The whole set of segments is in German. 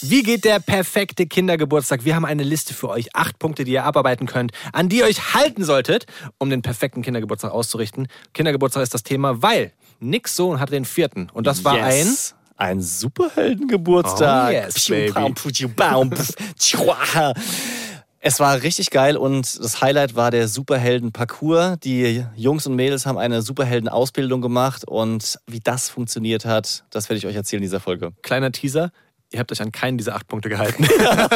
Wie geht der perfekte Kindergeburtstag? Wir haben eine Liste für euch. 8 Punkte, die ihr abarbeiten könnt, an die ihr euch halten solltet, um den perfekten Kindergeburtstag auszurichten. Kindergeburtstag ist das Thema, weil Nicks Sohn hatte den 4. Und das war ein Superheldengeburtstag. Oh yes, baby. Es war richtig geil und das Highlight war der Superhelden-Parcours. Die Jungs und Mädels haben eine Superhelden-Ausbildung gemacht und wie das funktioniert hat, das werde ich euch erzählen in dieser Folge. Kleiner Teaser, ihr habt euch an keinen dieser 8 Punkte gehalten.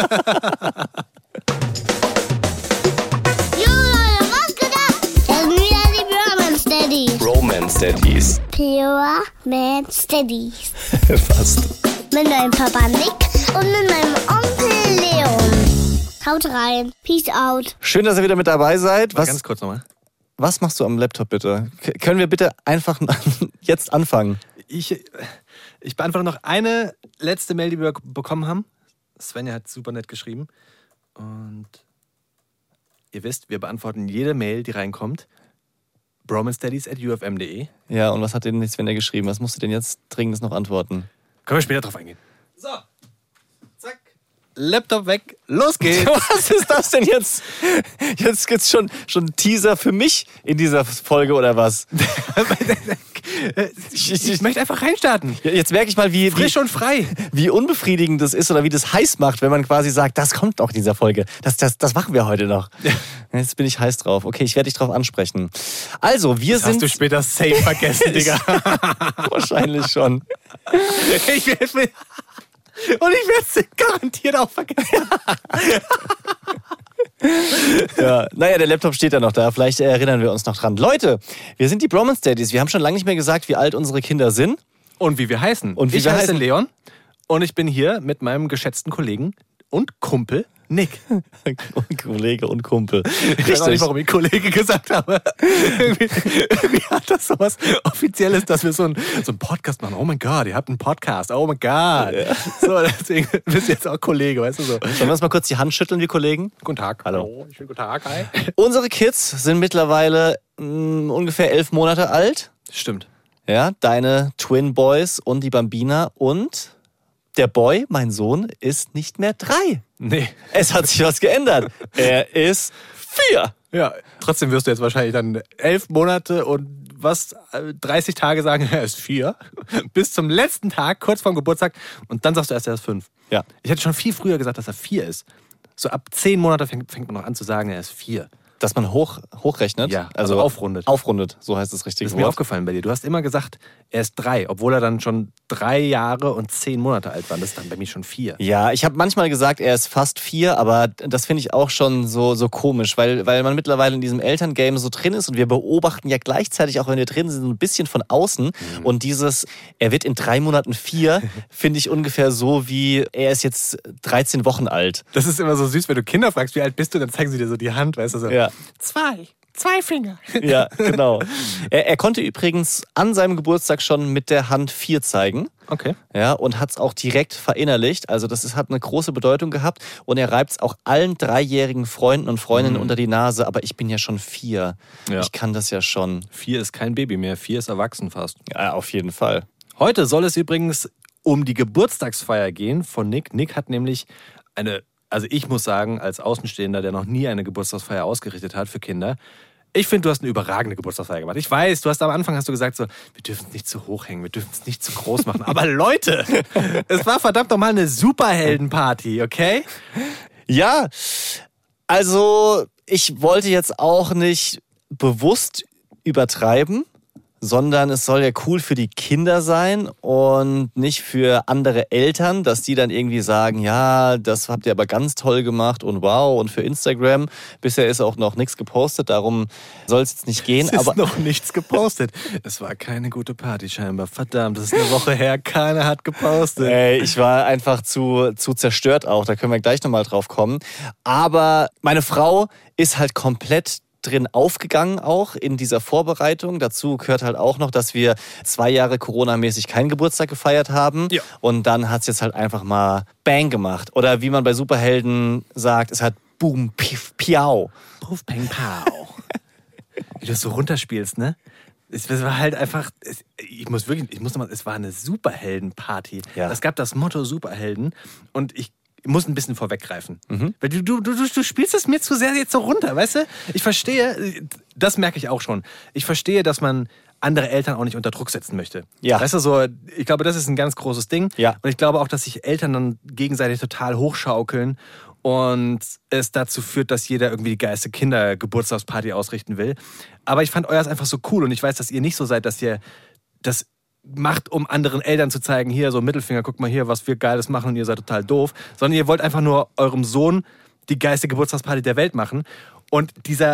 Bromance Daddies. Pure Man Steadies. Fast. Mit meinem Papa Nick und mit meinem Onkel Leon. Haut rein. Peace out. Schön, dass ihr wieder mit dabei seid. Ganz kurz nochmal. Was machst du am Laptop bitte? Können wir bitte einfach jetzt anfangen? Ich beantworte noch eine letzte Mail, die wir bekommen haben. Svenja hat super nett geschrieben. Und ihr wisst, wir beantworten jede Mail, die reinkommt. bromancestudies@ufm.de. Ja, und was hat denn Svenja geschrieben? Was musst du denn jetzt dringend noch antworten? Können wir später drauf eingehen. So, zack, Laptop weg, los geht's. Was ist das denn jetzt? Jetzt gibt's schon einen Teaser für mich in dieser Folge oder was? Ich möchte einfach reinstarten. Jetzt merke ich mal, Frisch und frei. Wie unbefriedigend das ist oder wie das heiß macht, wenn man quasi sagt, das kommt noch in dieser Folge. Das machen wir heute noch. Ja. Jetzt bin ich heiß drauf. Okay, ich werde dich drauf ansprechen. Also, wir sind... Hast du später safe vergessen, Digga. Wahrscheinlich schon. Ich werde es garantiert auch vergessen. Ja, naja, der Laptop steht ja noch da. Vielleicht erinnern wir uns noch dran. Leute, wir sind die Bromance Daddies. Wir haben schon lange nicht mehr gesagt, wie alt unsere Kinder sind. Und wie wir heißen. Ich heiße Leon und ich bin hier mit meinem geschätzten Kollegen und Kumpel Nick. Kollege und Kumpel. Ich weiß auch nicht, warum ich Kollege gesagt habe. Irgendwie hat das so was Offizielles, dass wir so einen Podcast machen. Oh mein Gott, ihr habt einen Podcast. Oh mein Gott. Ja. So, deswegen bist du jetzt auch Kollege, weißt du so. Sollen wir uns mal kurz die Hand schütteln, wie Kollegen? Guten Tag. Hallo. Schönen guten Tag. Hi. Unsere Kids sind mittlerweile ungefähr 11 Monate alt. Stimmt. Ja, deine Twin Boys und die Bambina und... Der Boy, mein Sohn, ist nicht mehr 3. Nee. Es hat sich was geändert. Er ist 4. Ja, trotzdem wirst du jetzt wahrscheinlich dann 11 Monate und 30 Tage sagen, er ist 4. Bis zum letzten Tag, kurz vorm Geburtstag. Und dann sagst du erst, er ist 5. Ja. Ich hätte schon viel früher gesagt, dass er 4 ist. So ab 10 Monate fängt man noch an zu sagen, er ist 4. Dass man hochrechnet? Ja, also aufrundet. Aufrundet, so heißt das richtige Wort. Wort. Ist mir aufgefallen bei dir. Du hast immer gesagt, er ist 3, obwohl er dann schon 3 Jahre und 10 Monate alt war. Das ist dann bei mir schon 4. Ja, ich habe manchmal gesagt, er ist fast 4, aber das finde ich auch schon so komisch, weil man mittlerweile in diesem Elterngame so drin ist und wir beobachten ja gleichzeitig, auch wenn wir drin sind, ein bisschen von außen. Mhm. Und er wird in 3 Monaten 4, finde ich ungefähr so wie, er ist jetzt 13 Wochen alt. Das ist immer so süß, wenn du Kinder fragst, wie alt bist du, dann zeigen sie dir so die Hand, weißt du so. Ja. 2 Finger. Ja, genau. Er konnte übrigens an seinem Geburtstag schon mit der Hand 4 zeigen. Okay. Ja, und hat es auch direkt verinnerlicht. Also hat eine große Bedeutung gehabt. Und er reibt es auch allen 3-jährigen Freunden und Freundinnen unter die Nase. Aber ich bin ja schon 4. Ja. Ich kann das ja schon. 4 ist kein Baby mehr. 4 ist erwachsen fast. Ja, auf jeden Fall. Heute soll es übrigens um die Geburtstagsfeier gehen von Nick. Nick hat nämlich also ich muss sagen, als Außenstehender, der noch nie eine Geburtstagsfeier ausgerichtet hat für Kinder, ich finde, du hast eine überragende Geburtstagsfeier gemacht. Ich weiß, am Anfang hast du gesagt so, wir dürfen es nicht zu hoch hängen, wir dürfen es nicht zu groß machen. Aber Leute, es war verdammt nochmal eine Superheldenparty, okay? Ja, also ich wollte jetzt auch nicht bewusst übertreiben, sondern es soll ja cool für die Kinder sein und nicht für andere Eltern, dass die dann irgendwie sagen, ja, das habt ihr aber ganz toll gemacht und wow, und für Instagram. Bisher ist auch noch nichts gepostet, darum soll es jetzt nicht gehen. Es ist noch nichts gepostet. Es war keine gute Party scheinbar. Verdammt, das ist eine Woche her, keiner hat gepostet. Ey, ich war einfach zu zerstört auch, da können wir gleich nochmal drauf kommen. Aber meine Frau ist halt komplett drin aufgegangen auch in dieser Vorbereitung. Dazu gehört halt auch noch, dass wir 2 Jahre Corona-mäßig keinen Geburtstag gefeiert haben. Ja. Und dann hat es jetzt halt einfach mal Bang gemacht. Oder wie man bei Superhelden sagt, es hat Boom, Piff, Piau. Puff, Peng, Pow. Wie du es so runterspielst, ne? Es war halt einfach, es war eine Superheldenparty. Ja. Es gab das Motto Superhelden und ich muss ein bisschen vorweggreifen. Weil du spielst es mir zu sehr jetzt so runter, weißt du? Ich verstehe, das merke ich auch schon. Ich verstehe, dass man andere Eltern auch nicht unter Druck setzen möchte. Ja. Weißt du, so, ich glaube, das ist ein ganz großes Ding. Ja. Und ich glaube auch, dass sich Eltern dann gegenseitig total hochschaukeln und es dazu führt, dass jeder irgendwie die geilste Kindergeburtstagsparty ausrichten will. Aber ich fand euers einfach so cool und ich weiß, dass ihr nicht so seid, dass ihr das macht, um anderen Eltern zu zeigen, hier so Mittelfinger, guck mal hier, was wir Geiles machen und ihr seid total doof, sondern ihr wollt einfach nur eurem Sohn die geilste Geburtstagsparty der Welt machen. Und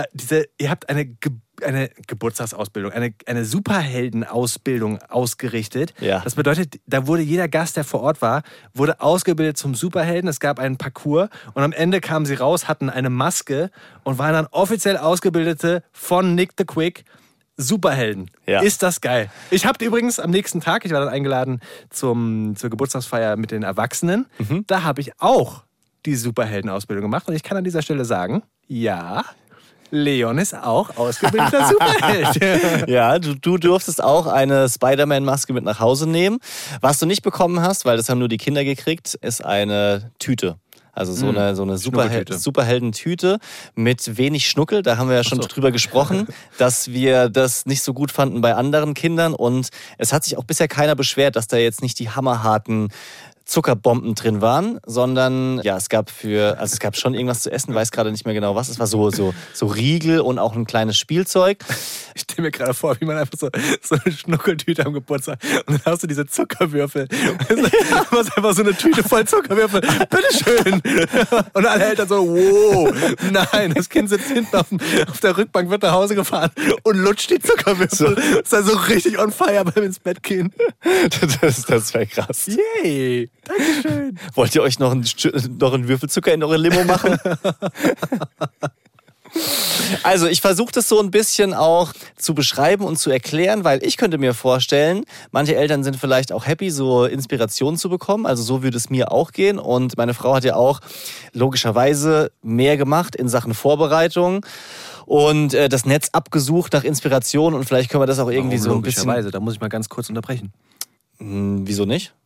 ihr habt eine Geburtstagsausbildung, eine Superheldenausbildung ausgerichtet. Ja. Das bedeutet, da wurde jeder Gast, der vor Ort war, wurde ausgebildet zum Superhelden. Es gab einen Parcours und am Ende kamen sie raus, hatten eine Maske und waren dann offiziell Ausgebildete von Nick the Quick Superhelden. Ja. Ist das geil. Ich habe übrigens am nächsten Tag, ich war dann eingeladen zur Geburtstagsfeier mit den Erwachsenen, da habe ich auch die Superheldenausbildung gemacht und ich kann an dieser Stelle sagen, ja, Leon ist auch ausgebildeter Superheld. Ja, du durftest auch eine Spider-Man-Maske mit nach Hause nehmen. Was du nicht bekommen hast, weil das haben nur die Kinder gekriegt, ist eine Tüte. Also so eine Superheldentüte mit wenig Schnuckel. Da haben wir ja schon drüber gesprochen, dass wir das nicht so gut fanden bei anderen Kindern. Und es hat sich auch bisher keiner beschwert, dass da jetzt nicht die hammerharten Zuckerbomben drin waren, sondern ja, es gab schon irgendwas zu essen, weiß gerade nicht mehr genau was. Es war so Riegel und auch ein kleines Spielzeug. Ich stelle mir gerade vor, wie man einfach so eine Schnuckeltüte am Geburtstag und dann hast du diese Zuckerwürfel. Du hast einfach so eine Tüte voll Zuckerwürfel. Bitteschön. Und alle Eltern so, wow, nein, das Kind sitzt hinten auf der Rückbank, wird nach Hause gefahren und lutscht die Zuckerwürfel. Ist dann so richtig on fire beim ins Bett gehen. Das wäre krass. Yay. Dankeschön. Wollt ihr euch noch einen Würfelzucker in eure Limo machen? Also ich versuche das so ein bisschen auch zu beschreiben und zu erklären, weil ich könnte mir vorstellen, manche Eltern sind vielleicht auch happy, so Inspiration zu bekommen. Also so würde es mir auch gehen. Und meine Frau hat ja auch logischerweise mehr gemacht in Sachen Vorbereitung und das Netz abgesucht nach Inspiration. Und vielleicht können wir das auch irgendwie so ein bisschen... Logischerweise, da muss ich mal ganz kurz unterbrechen. Wieso nicht?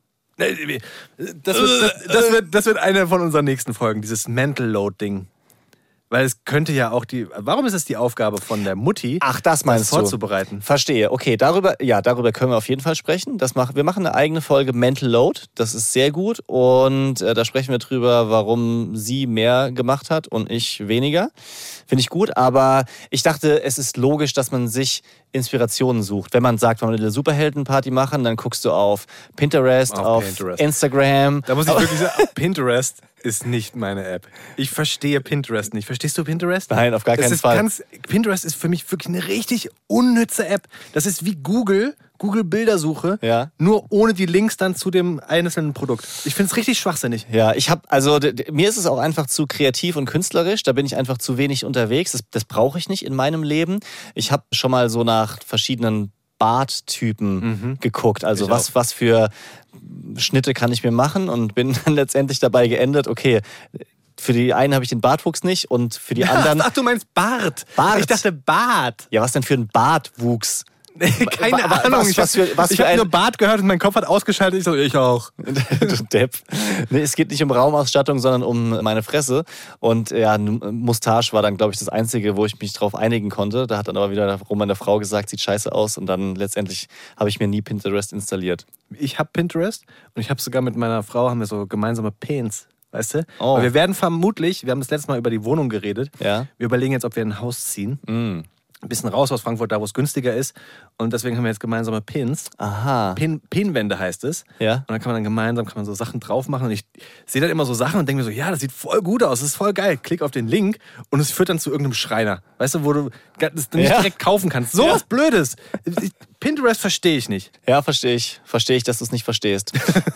Das wird eine von unseren nächsten Folgen, dieses Mental Load-Ding. Weil es könnte ja auch warum ist es die Aufgabe von der Mutti, das meinst das vorzubereiten? Verstehe. Okay, darüber können wir auf jeden Fall sprechen. Wir machen eine eigene Folge Mental Load. Das ist sehr gut. Und da sprechen wir drüber, warum sie mehr gemacht hat und ich weniger. Finde ich gut. Aber ich dachte, es ist logisch, dass man sich Inspirationen sucht. Wenn man sagt, man will eine Superheldenparty machen, dann guckst du auf Pinterest, auf Instagram. Da muss ich wirklich sagen, Pinterest ist nicht meine App. Ich verstehe Pinterest nicht. Verstehst du Pinterest? Nein, auf gar keinen Fall. Pinterest ist für mich wirklich eine richtig unnütze App. Das ist wie Google Bildersuche, nur ohne die Links dann zu dem einzelnen Produkt. Ich finde es richtig schwachsinnig. Ja, mir ist es auch einfach zu kreativ und künstlerisch. Da bin ich einfach zu wenig unterwegs. Das brauche ich nicht in meinem Leben. Ich habe schon mal so nach verschiedenen Barttypen geguckt. Also was für Schnitte kann ich mir machen und bin dann letztendlich dabei geendet, okay, für die einen habe ich den Bartwuchs nicht und für die anderen... Ach, du meinst Bart. Ich dachte Bart. Ja, was denn für ein Bartwuchs? Keine Ahnung. Ich habe nur Bart gehört und mein Kopf hat ausgeschaltet. Ich auch. Du Depp. Nee, es geht nicht um Raumausstattung, sondern um meine Fresse. Und ja, Mustache war dann, glaube ich, das Einzige, wo ich mich drauf einigen konnte. Da hat dann aber wieder meine Frau gesagt, sieht scheiße aus. Und dann letztendlich habe ich mir nie Pinterest installiert. Ich habe Pinterest und ich habe sogar mit meiner Frau haben wir so gemeinsame Pins. Weißt du? Oh. Weil wir werden vermutlich, wir haben das letzte Mal über die Wohnung geredet. Ja. Wir überlegen jetzt, ob wir in ein Haus ziehen. Ein bisschen raus aus Frankfurt, da wo es günstiger ist. Und deswegen haben wir jetzt gemeinsame Pins. Aha. Pinwände heißt es. Ja. Und dann kann man so Sachen drauf machen. Und ich sehe dann immer so Sachen und denke mir so, ja, das sieht voll gut aus, das ist voll geil. Klick auf den Link und es führt dann zu irgendeinem Schreiner. Weißt du, wo du das nicht direkt kaufen kannst. So was Blödes. Pinterest verstehe ich nicht. Ja, verstehe ich. Verstehe ich, dass du es nicht verstehst.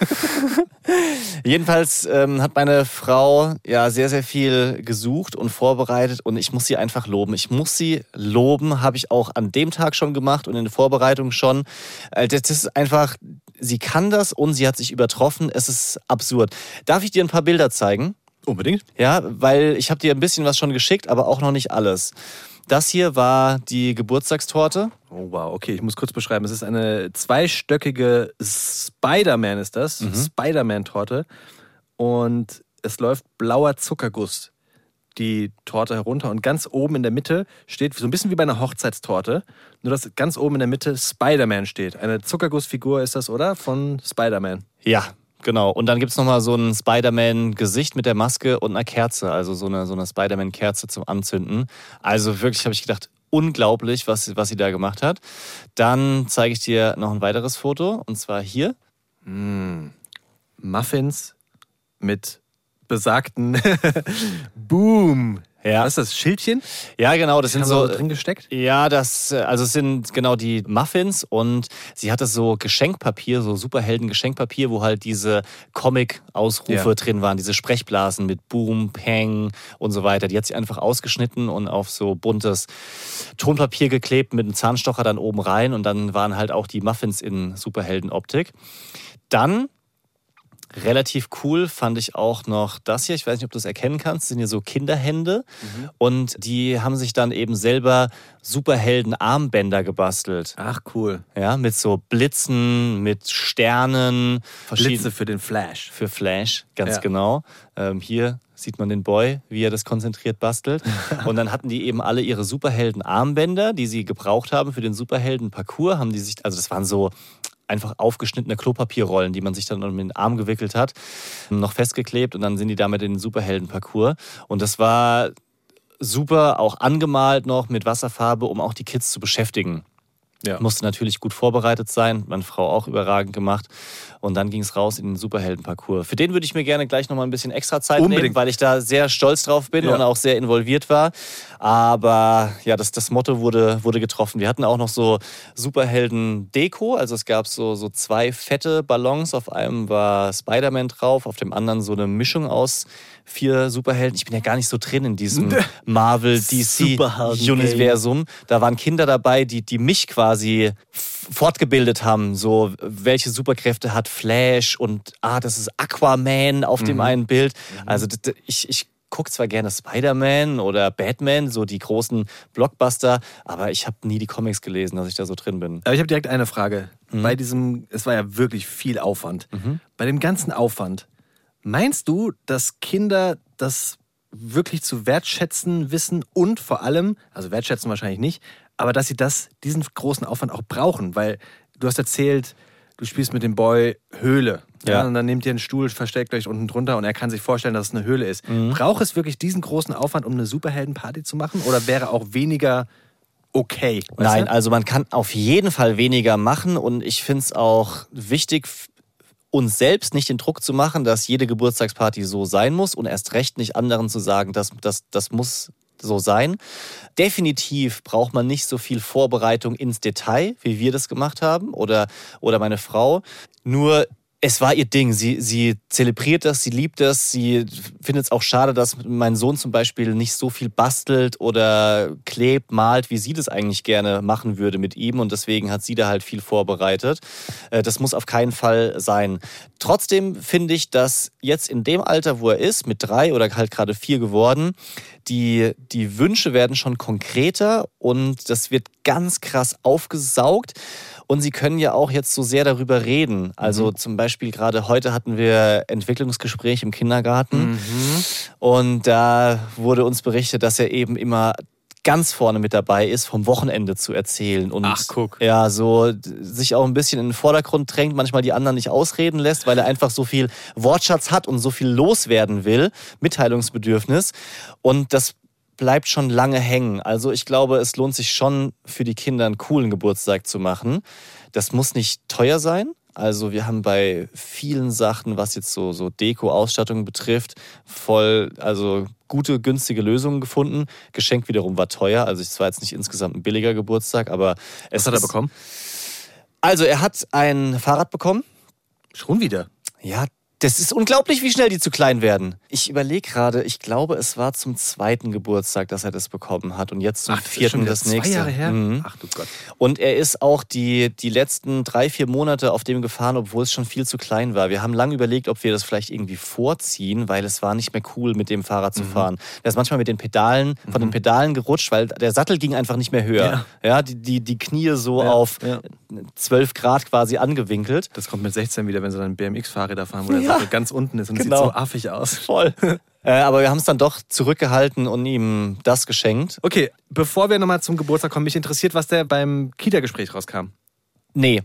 Jedenfalls hat meine Frau ja sehr, sehr viel gesucht und vorbereitet und ich muss sie einfach loben. Habe ich auch an dem Tag schon gemacht und in der Vorbereitung schon. Das ist einfach, sie kann das und sie hat sich übertroffen. Es ist absurd. Darf ich dir ein paar Bilder zeigen? Unbedingt. Ja, weil ich habe dir ein bisschen was schon geschickt, aber auch noch nicht alles. Das hier war die Geburtstagstorte. Oh wow, okay, ich muss kurz beschreiben. Es ist eine zweistöckige Spider-Man ist das, Spider-Man-Torte. Und es läuft blauer Zuckerguss die Torte herunter und ganz oben in der Mitte steht, so ein bisschen wie bei einer Hochzeitstorte, nur dass ganz oben in der Mitte Spider-Man steht. Eine Zuckergussfigur ist das, oder? Von Spider-Man. Ja, genau. Und dann gibt es nochmal so ein Spider-Man-Gesicht mit der Maske und einer Kerze, also so eine Spider-Man-Kerze zum Anzünden. Also wirklich habe ich gedacht, unglaublich, was sie da gemacht hat. Dann zeige ich dir noch ein weiteres Foto, und zwar hier. Muffins mit besagten Boom. Ja. Was ist das, Schildchen? Ja, genau, das sind Haben so wir drin gesteckt? Ja, es sind genau die Muffins, und sie hatte so Geschenkpapier, so Superhelden-Geschenkpapier, wo halt diese Comic-Ausrufe drin waren, diese Sprechblasen mit Boom, Peng und so weiter. Die hat sie einfach ausgeschnitten und auf so buntes Tonpapier geklebt mit einem Zahnstocher dann oben rein, und dann waren halt auch die Muffins in Superhelden-Optik. Dann relativ cool fand ich auch noch das hier. Ich weiß nicht, ob du es erkennen kannst. Das sind hier so Kinderhände. Und die haben sich dann eben selber Superhelden-Armbänder gebastelt. Ach, cool. Ja, mit so Blitzen, mit Sternen. Blitze für den Flash. Für Flash, ganz genau. Hier sieht man den Boy, wie er das konzentriert bastelt. Und dann hatten die eben alle ihre Superhelden-Armbänder, die sie gebraucht haben für den Superhelden-Parcours. Haben die sich, also das waren so einfach aufgeschnittene Klopapierrollen, die man sich dann um den Arm gewickelt hat, noch festgeklebt, und dann sind die damit in den Superhelden-Parcours. Und das war super, auch angemalt noch mit Wasserfarbe, um auch die Kids zu beschäftigen. Ja. Musste natürlich gut vorbereitet sein, meine Frau auch überragend gemacht. Und dann ging es raus in den Superhelden-Parcours. Für den würde ich mir gerne gleich nochmal ein bisschen extra Zeit nehmen, weil ich da sehr stolz drauf bin und auch sehr involviert war. Aber ja, das Motto wurde getroffen. Wir hatten auch noch so Superhelden-Deko. Also es gab so zwei fette Ballons. Auf einem war Spider-Man drauf, auf dem anderen so eine Mischung aus 4 Superhelden. Ich bin ja gar nicht so drin in diesem Marvel-DC-Universum. Da waren Kinder dabei, die mich quasi fortgebildet haben. So, welche Superkräfte hat Flash, und das ist Aquaman auf dem einen Bild. Also ich gucke zwar gerne Spider-Man oder Batman, so die großen Blockbuster, aber ich habe nie die Comics gelesen, dass ich da so drin bin. Aber ich habe direkt eine Frage. Bei diesem, es war ja wirklich viel Aufwand. Bei dem ganzen Aufwand, meinst du, dass Kinder das wirklich zu wertschätzen wissen und vor allem, also wertschätzen wahrscheinlich nicht, aber dass sie diesen großen Aufwand auch brauchen? Weil du hast erzählt, du spielst mit dem Boy Höhle. Ja. Und dann nehmt ihr einen Stuhl, versteckt euch unten drunter, und er kann sich vorstellen, dass es eine Höhle ist. Braucht es wirklich diesen großen Aufwand, um eine Superheldenparty zu machen? Oder wäre auch weniger okay? Nein, also man kann auf jeden Fall weniger machen, und ich finde es auch wichtig, uns selbst nicht den Druck zu machen, dass jede Geburtstagsparty so sein muss, und erst recht nicht anderen zu sagen, das muss so sein. Definitiv braucht man nicht so viel Vorbereitung ins Detail, wie wir das gemacht haben, oder meine Frau. Nur es war ihr Ding. Sie zelebriert das, sie liebt das. Sie findet es auch schade, dass mein Sohn zum Beispiel nicht so viel bastelt oder klebt, malt, wie sie das eigentlich gerne machen würde mit ihm. Und deswegen hat sie da halt viel vorbereitet. Das muss auf keinen Fall sein. Trotzdem finde ich, dass jetzt in dem Alter, wo er ist, mit 3 oder halt gerade 4 geworden, die Wünsche werden schon konkreter, und das wird ganz krass aufgesaugt. Und sie können ja auch jetzt so sehr darüber reden. Also zum Beispiel gerade heute hatten wir Entwicklungsgespräch im Kindergarten. Und da wurde uns berichtet, dass er eben immer ganz vorne mit dabei ist, vom Wochenende zu erzählen. Und ja, so sich auch ein bisschen in den Vordergrund drängt, manchmal die anderen nicht ausreden lässt, weil er einfach so viel Wortschatz hat und so viel loswerden will, Mitteilungsbedürfnis. Und das bleibt schon lange hängen. Also ich glaube, es lohnt sich schon für die Kinder einen coolen Geburtstag zu machen. Das muss nicht teuer sein. Also wir haben bei vielen Sachen, was jetzt so Deko-Ausstattung betrifft, gute, günstige Lösungen gefunden. Geschenk wiederum war teuer. Also es war jetzt nicht insgesamt ein billiger Geburtstag, aber Was hat er bekommen? Also er hat ein Fahrrad bekommen. Schon wieder? Ja, Das ist unglaublich, wie schnell die zu klein werden. Ich überlege gerade, ich glaube, es war zum 2. Geburtstag, dass er das bekommen hat. Und jetzt zum 4. das nächste. 2 Jahre her? Mhm. Ach du Gott. Und er ist auch die letzten 3-4 Monate auf dem gefahren, obwohl es schon viel zu klein war. Wir haben lange überlegt, ob wir das vielleicht irgendwie vorziehen, weil es war nicht mehr cool, mit dem Fahrrad zu fahren. Der ist manchmal mit den Pedalen, von den Pedalen gerutscht, weil der Sattel ging einfach nicht mehr höher. Ja, die Knie so auf 12 Grad quasi angewinkelt. Das kommt mit 16 wieder, wenn sie dann BMX-Fahrräder fahren, wo der Sattel ganz unten ist und Genau. sieht so affig aus. Voll. Aber wir haben es dann doch zurückgehalten und ihm das geschenkt. Okay, bevor wir nochmal zum Geburtstag kommen, mich interessiert, was der beim Kita-Gespräch rauskam. Nee.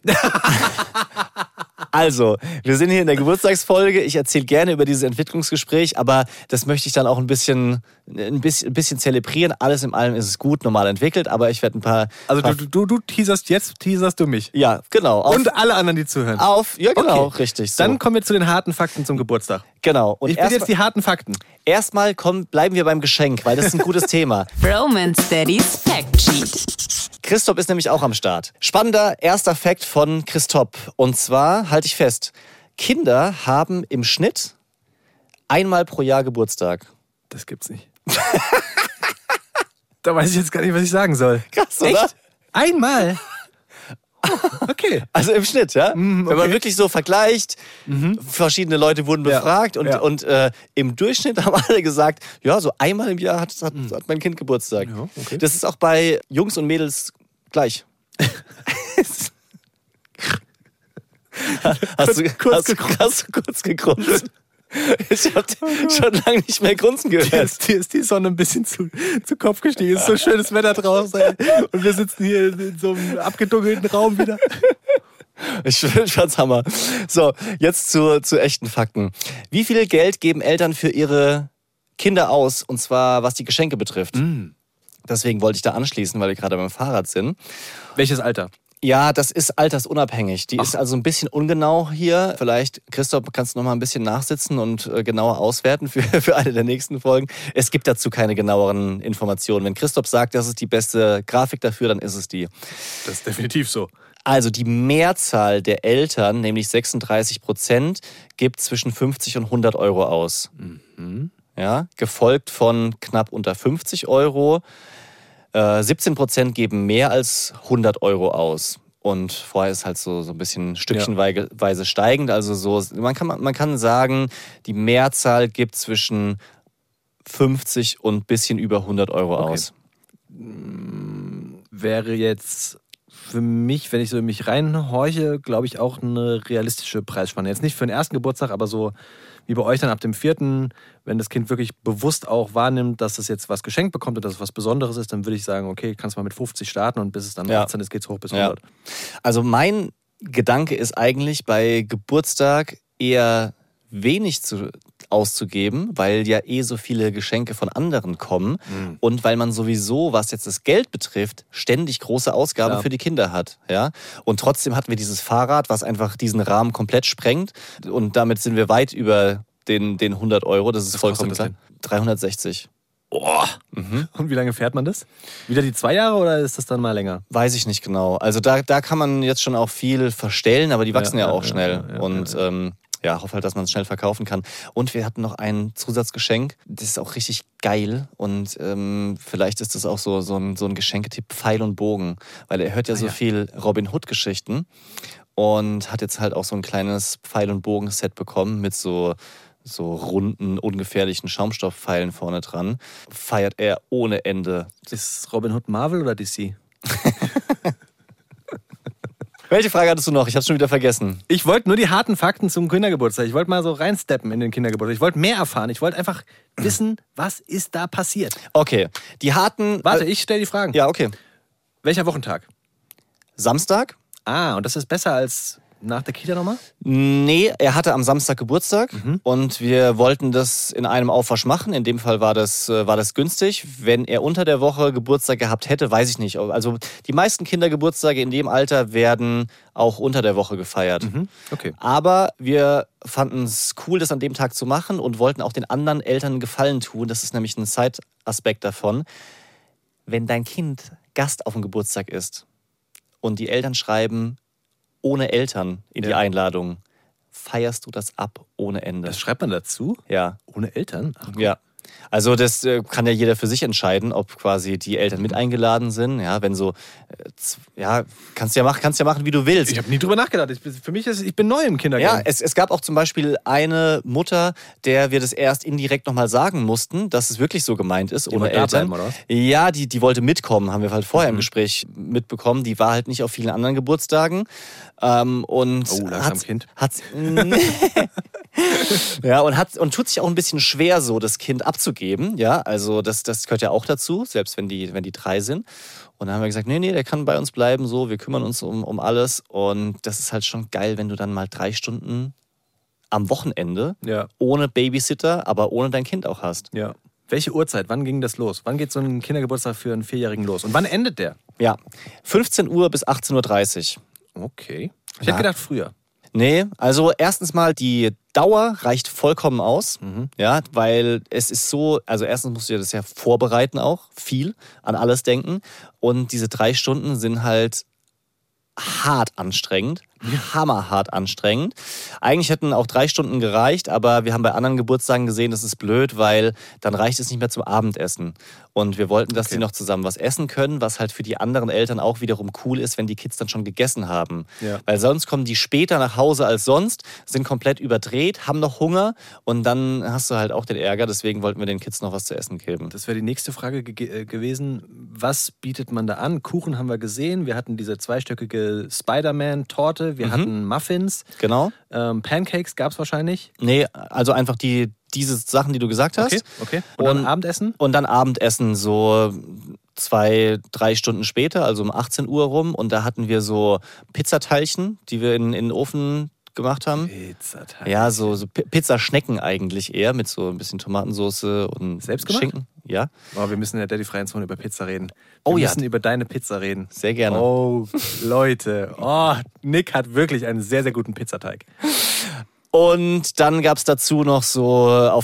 Also, wir sind hier in der Geburtstagsfolge. Ich erzähle gerne über dieses Entwicklungsgespräch, aber das möchte ich dann auch ein bisschen zelebrieren. Alles in allem ist es gut, normal entwickelt, aber ich werde ein paar... Also du teaserst du mich. Ja, genau. Und alle anderen, die zuhören. Ja, genau, Okay. richtig. So. Dann kommen wir zu den harten Fakten zum Geburtstag. Genau. Und Ich will jetzt die harten Fakten. erstmal bleiben wir beim Geschenk, weil das ist ein gutes Thema. Romance Daddy's Fact Sheet. Christoph ist nämlich auch am Start. Spannender erster Fact von Christoph. Und zwar, halte ich fest, Kinder haben im Schnitt einmal pro Jahr Geburtstag. Das gibt's nicht. Da weiß ich jetzt gar nicht, was ich sagen soll. Krass, oder? Echt? Einmal? Okay. Also im Schnitt, ja? Okay. Wenn man wirklich so vergleicht, verschiedene Leute wurden befragt und im Durchschnitt haben alle gesagt, ja, so einmal im Jahr hat mein Kind Geburtstag. Ja, okay. Das ist auch bei Jungs und Mädels gleich. Hast du kurz gegrunzt? Ich habe schon lange nicht mehr grunzen gehört. Dir ist die Sonne ein bisschen zu Kopf gestiegen. Es ist so schönes Wetter draußen. Ey. Und wir sitzen hier in so einem abgedunkelten Raum wieder. Ich fand's Hammer. So, jetzt zu echten Fakten. Wie viel Geld geben Eltern für ihre Kinder aus? Und zwar, was die Geschenke betrifft. Deswegen wollte ich da anschließen, weil wir gerade beim Fahrrad sind. Welches Alter? Ja, das ist altersunabhängig. Die ist also ein bisschen ungenau hier. Vielleicht, Christoph, kannst du noch mal ein bisschen nachsitzen und genauer auswerten für eine der nächsten Folgen. Es gibt dazu keine genaueren Informationen. Wenn Christoph sagt, das ist die beste Grafik dafür, dann ist es die. Das ist definitiv so. Also die Mehrzahl der Eltern, nämlich 36%, gibt zwischen 50 und 100 Euro aus. Ja, gefolgt von knapp unter 50 Euro. 17% geben mehr als 100 Euro aus. Und vorher ist halt so ein bisschen stückchenweise steigend. Also so, man kann sagen, die Mehrzahl gibt zwischen 50 und ein bisschen über 100 Euro aus. Wäre jetzt für mich, wenn ich so in mich reinhorche, glaube ich auch eine realistische Preisspanne. Jetzt nicht für den ersten Geburtstag, aber so wie bei euch dann ab dem 4., wenn das Kind wirklich bewusst auch wahrnimmt, dass es jetzt was geschenkt bekommt und dass es was Besonderes ist, dann würde ich sagen, okay, kannst mal mit 50 starten und bis es dann 18 ist, geht's hoch bis 100. Ja. Also mein Gedanke ist eigentlich bei Geburtstag eher wenig auszugeben, weil ja so viele Geschenke von anderen kommen und weil man sowieso, was jetzt das Geld betrifft, ständig große Ausgaben für die Kinder hat. Ja? Und trotzdem hatten wir dieses Fahrrad, was einfach diesen Rahmen komplett sprengt und damit sind wir weit über den 100 Euro. Das ist vollkommen klar. 360. Oh. Und wie lange fährt man das? Wieder die 2 Jahre oder ist das dann mal länger? Weiß ich nicht genau. Also da kann man jetzt schon auch viel verstellen, aber die wachsen ja auch schnell. Und hoffe halt, dass man es schnell verkaufen kann. Und wir hatten noch ein Zusatzgeschenk. Das ist auch richtig geil. Und vielleicht ist das auch so ein Geschenketipp Pfeil und Bogen. Weil er hört ja so viel Robin Hood-Geschichten. Und hat jetzt halt auch so ein kleines Pfeil- und Bogen-Set bekommen mit so runden, ungefährlichen Schaumstoffpfeilen vorne dran. Feiert er ohne Ende. Ist Robin Hood Marvel oder DC? Welche Frage hattest du noch? Ich hab's schon wieder vergessen. Ich wollte nur die harten Fakten zum Kindergeburtstag. Ich wollte mal so reinsteppen in den Kindergeburtstag. Ich wollte mehr erfahren. Ich wollte einfach wissen, was ist da passiert. Okay, die harten... Warte, ich stelle die Fragen. Ja, okay. Welcher Wochentag? Samstag? Ah, und das ist besser als nach der Kita nochmal? Nee, er hatte am Samstag Geburtstag und wir wollten das in einem Aufwasch machen. In dem Fall war das günstig. Wenn er unter der Woche Geburtstag gehabt hätte, weiß ich nicht. Also die meisten Kindergeburtstage in dem Alter werden auch unter der Woche gefeiert. Okay. Aber wir fanden es cool, das an dem Tag zu machen und wollten auch den anderen Eltern einen Gefallen tun. Das ist nämlich ein Side-Aspekt davon. Wenn dein Kind Gast auf dem Geburtstag ist und die Eltern schreiben ohne Eltern in die Einladung, feierst du das ab ohne Ende. Das schreibt man dazu? Ja. Ohne Eltern? Ach, Ja. Also das kann ja jeder für sich entscheiden, ob quasi die Eltern mit eingeladen sind. Ja, wenn so, kannst ja machen, wie du willst. ich habe nie drüber nachgedacht. Für mich ich bin neu im Kindergarten. Ja, es gab auch zum Beispiel eine Mutter, der wir das erst indirekt nochmal sagen mussten, dass es wirklich so gemeint ist, ohne wollte da Eltern. bleiben, oder was? Ja, die wollte mitkommen, haben wir halt vorher im Gespräch mitbekommen. Die war halt nicht auf vielen anderen Geburtstagen. Und langsam Kind. Ja, und tut sich auch ein bisschen schwer, so das Kind abzugeben. Ja, also das gehört ja auch dazu, selbst wenn die 3 sind. Und dann haben wir gesagt, nee, der kann bei uns bleiben, so, wir kümmern uns um alles. Und das ist halt schon geil, wenn du dann mal 3 Stunden am Wochenende ohne Babysitter, aber ohne dein Kind auch hast. Ja. Welche Uhrzeit? Wann ging das los? Wann geht so ein Kindergeburtstag für einen 4-Jährigen los? Und wann endet der? Ja, 15 Uhr bis 18.30 Uhr. Okay. Ich hätte gedacht früher. Nee, also erstens mal, die Dauer reicht vollkommen aus, ja, weil es ist so, also erstens musst du dir das ja vorbereiten auch, viel, an alles denken und diese 3 Stunden sind halt hart anstrengend, hammerhart anstrengend. Eigentlich hätten auch 3 Stunden gereicht, aber wir haben bei anderen Geburtstagen gesehen, das ist blöd, weil dann reicht es nicht mehr zum Abendessen. Und wir wollten, dass die noch zusammen was essen können, was halt für die anderen Eltern auch wiederum cool ist, wenn die Kids dann schon gegessen haben. Ja. Weil sonst kommen die später nach Hause als sonst, sind komplett überdreht, haben noch Hunger und dann hast du halt auch den Ärger. Deswegen wollten wir den Kids noch was zu essen geben. Das wäre die nächste Frage gewesen. Was bietet man da an? Kuchen haben wir gesehen. Wir hatten diese 2-stöckige Spider-Man-Torte. Wir hatten Muffins. Genau. Pancakes gab es wahrscheinlich. Nee, also einfach diese Sachen, die du gesagt hast. Okay. Und dann Abendessen? Und dann Abendessen so 2-3 Stunden später, also um 18 Uhr rum. Und da hatten wir so Pizzateilchen, die wir in den Ofen gemacht haben. Pizzateilchen. Ja, so Pizzaschnecken eigentlich eher, mit so ein bisschen Tomatensauce und Selbstgemacht? Schinken. Ja. Oh, wir müssen in der Daddy-freien Zone über Pizza reden. Wir müssen über deine Pizza reden. Sehr gerne. Oh, Leute. Oh, Nick hat wirklich einen sehr, sehr guten Pizzateig. Und dann gab es dazu noch so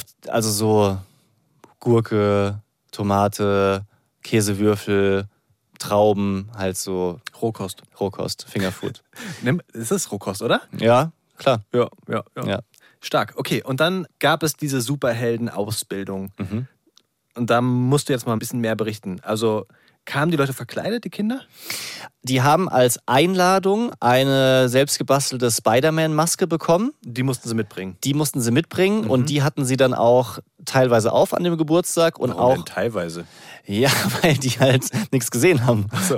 Gurke, Tomate, Käsewürfel, Trauben, halt so Rohkost, Fingerfood. Ist das Rohkost, oder? Ja, klar. Ja. Stark. Okay, und dann gab es diese Superhelden-Ausbildung. Und da musst du jetzt mal ein bisschen mehr berichten. Also kamen die Leute verkleidet, die Kinder? Die haben als Einladung eine selbstgebastelte Spider-Man-Maske bekommen. Die mussten sie mitbringen. Und die hatten sie dann auch teilweise auf an dem Geburtstag. Und Warum denn teilweise? Ja, weil die halt nichts gesehen haben. So.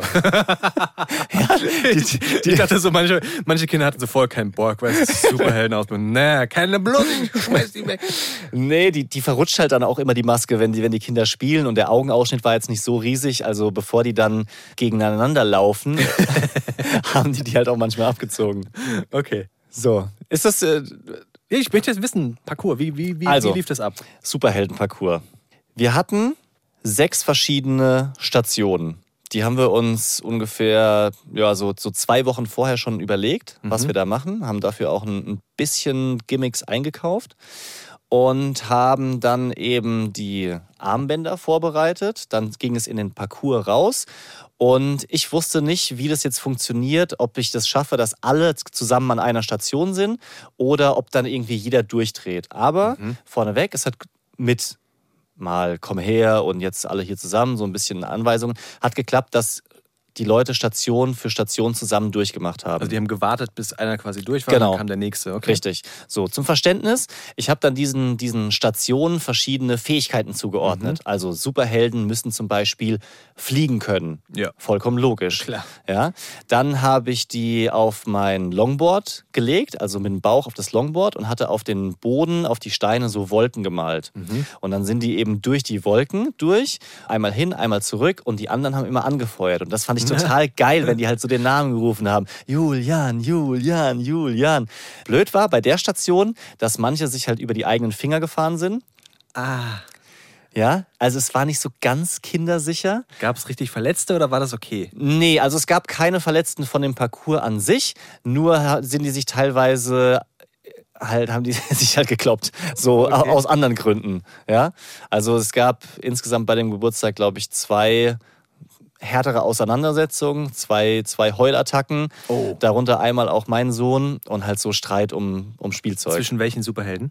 Ich dachte so, manche Kinder hatten so voll keinen Bock, weil es Superhelden aus. Keine Blut, ich schmeiß die weg. Nee, die verrutscht halt dann auch immer die Maske, wenn die Kinder spielen. Und der Augenausschnitt war jetzt nicht so riesig. Also bevor die dann gegeneinander laufen, haben die halt auch manchmal abgezogen. Okay. So, ist das... ich möchte jetzt wissen, Parcours, wie lief das ab? Superhelden-Parcours. Wir hatten 6 verschiedene Stationen. Die haben wir uns ungefähr so 2 Wochen vorher schon überlegt, was wir da machen. Haben dafür auch ein bisschen Gimmicks eingekauft und haben dann eben die Armbänder vorbereitet. Dann ging es in den Parcours raus. Und ich wusste nicht, wie das jetzt funktioniert, ob ich das schaffe, dass alle zusammen an einer Station sind oder ob dann irgendwie jeder durchdreht. Aber vorneweg, es hat mit mal komm her und jetzt alle hier zusammen, so ein bisschen Anweisungen, hat geklappt, dass die Leute Station für Station zusammen durchgemacht haben. Also die haben gewartet, bis einer quasi durch war, genau. Dann kam der nächste. Okay. Richtig. So, zum Verständnis, ich habe dann diesen Stationen verschiedene Fähigkeiten zugeordnet. Also Superhelden müssen zum Beispiel fliegen können. Ja. Vollkommen logisch. Klar. Ja. Dann habe ich die auf mein Longboard gelegt, also mit dem Bauch auf das Longboard und hatte auf den Boden, auf die Steine so Wolken gemalt. Und dann sind die eben durch die Wolken durch, einmal hin, einmal zurück und die anderen haben immer angefeuert. Und das fand ich total geil, wenn die halt so den Namen gerufen haben. Julian, Julian, Julian. Blöd war bei der Station, dass manche sich halt über die eigenen Finger gefahren sind. Ja, also es war nicht so ganz kindersicher. Gab es richtig Verletzte oder war das okay? Nee, also es gab keine Verletzten von dem Parcours an sich, nur sind die sich teilweise haben die sich halt gekloppt, so okay. Aus anderen Gründen. Ja, also es gab insgesamt bei dem Geburtstag, glaube ich, 2 härtere Auseinandersetzung, zwei Heulattacken. Oh. Darunter einmal auch mein Sohn und halt so Streit um Spielzeug. Zwischen welchen Superhelden?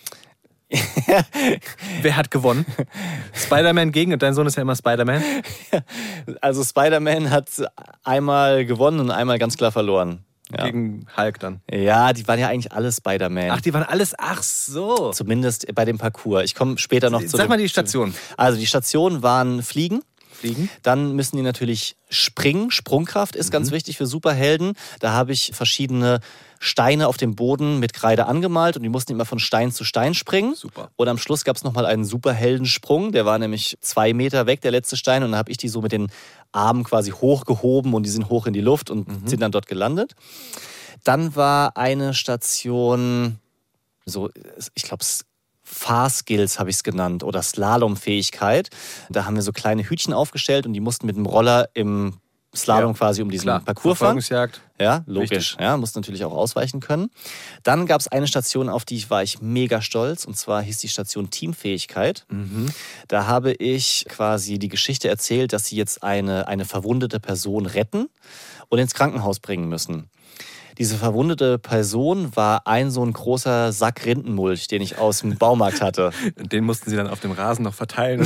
Wer hat gewonnen? Spider-Man gegen, und dein Sohn ist ja immer Spider-Man. Also Spider-Man hat einmal gewonnen und einmal ganz klar verloren. Ja. Gegen Hulk dann. Ja, die waren ja eigentlich alle Spider-Man. Ach, die waren alles, ach so. Zumindest bei dem Parcours. Ich komme später noch zu Sag mal die Station. Also die Stationen waren Fliegen. Fliegen. Dann müssen die natürlich springen. Sprungkraft ist ganz wichtig für Superhelden. Da habe ich verschiedene Steine auf dem Boden mit Kreide angemalt und die mussten immer von Stein zu Stein springen. Super. Und am Schluss gab es nochmal einen Superheldensprung. Der war nämlich 2 Meter weg, der letzte Stein. Und dann habe ich die so mit den Armen quasi hochgehoben und die sind hoch in die Luft und sind dann dort gelandet. Dann war eine Station, so, ich glaube, Fahrskills habe ich es genannt oder Slalomfähigkeit. Da haben wir so kleine Hütchen aufgestellt und die mussten mit dem Roller im Slalom quasi um diesen Parcours fahren. Verfolgungsjagd. Ja, logisch. Ja, musst natürlich auch ausweichen können. Dann gab es eine Station, auf die war ich mega stolz. Und zwar hieß die Station Teamfähigkeit. Da habe ich quasi die Geschichte erzählt, dass sie jetzt eine verwundete Person retten und ins Krankenhaus bringen müssen. Diese verwundete Person war so ein großer Sack Rindenmulch, den ich aus dem Baumarkt hatte. Den mussten sie dann auf dem Rasen noch verteilen.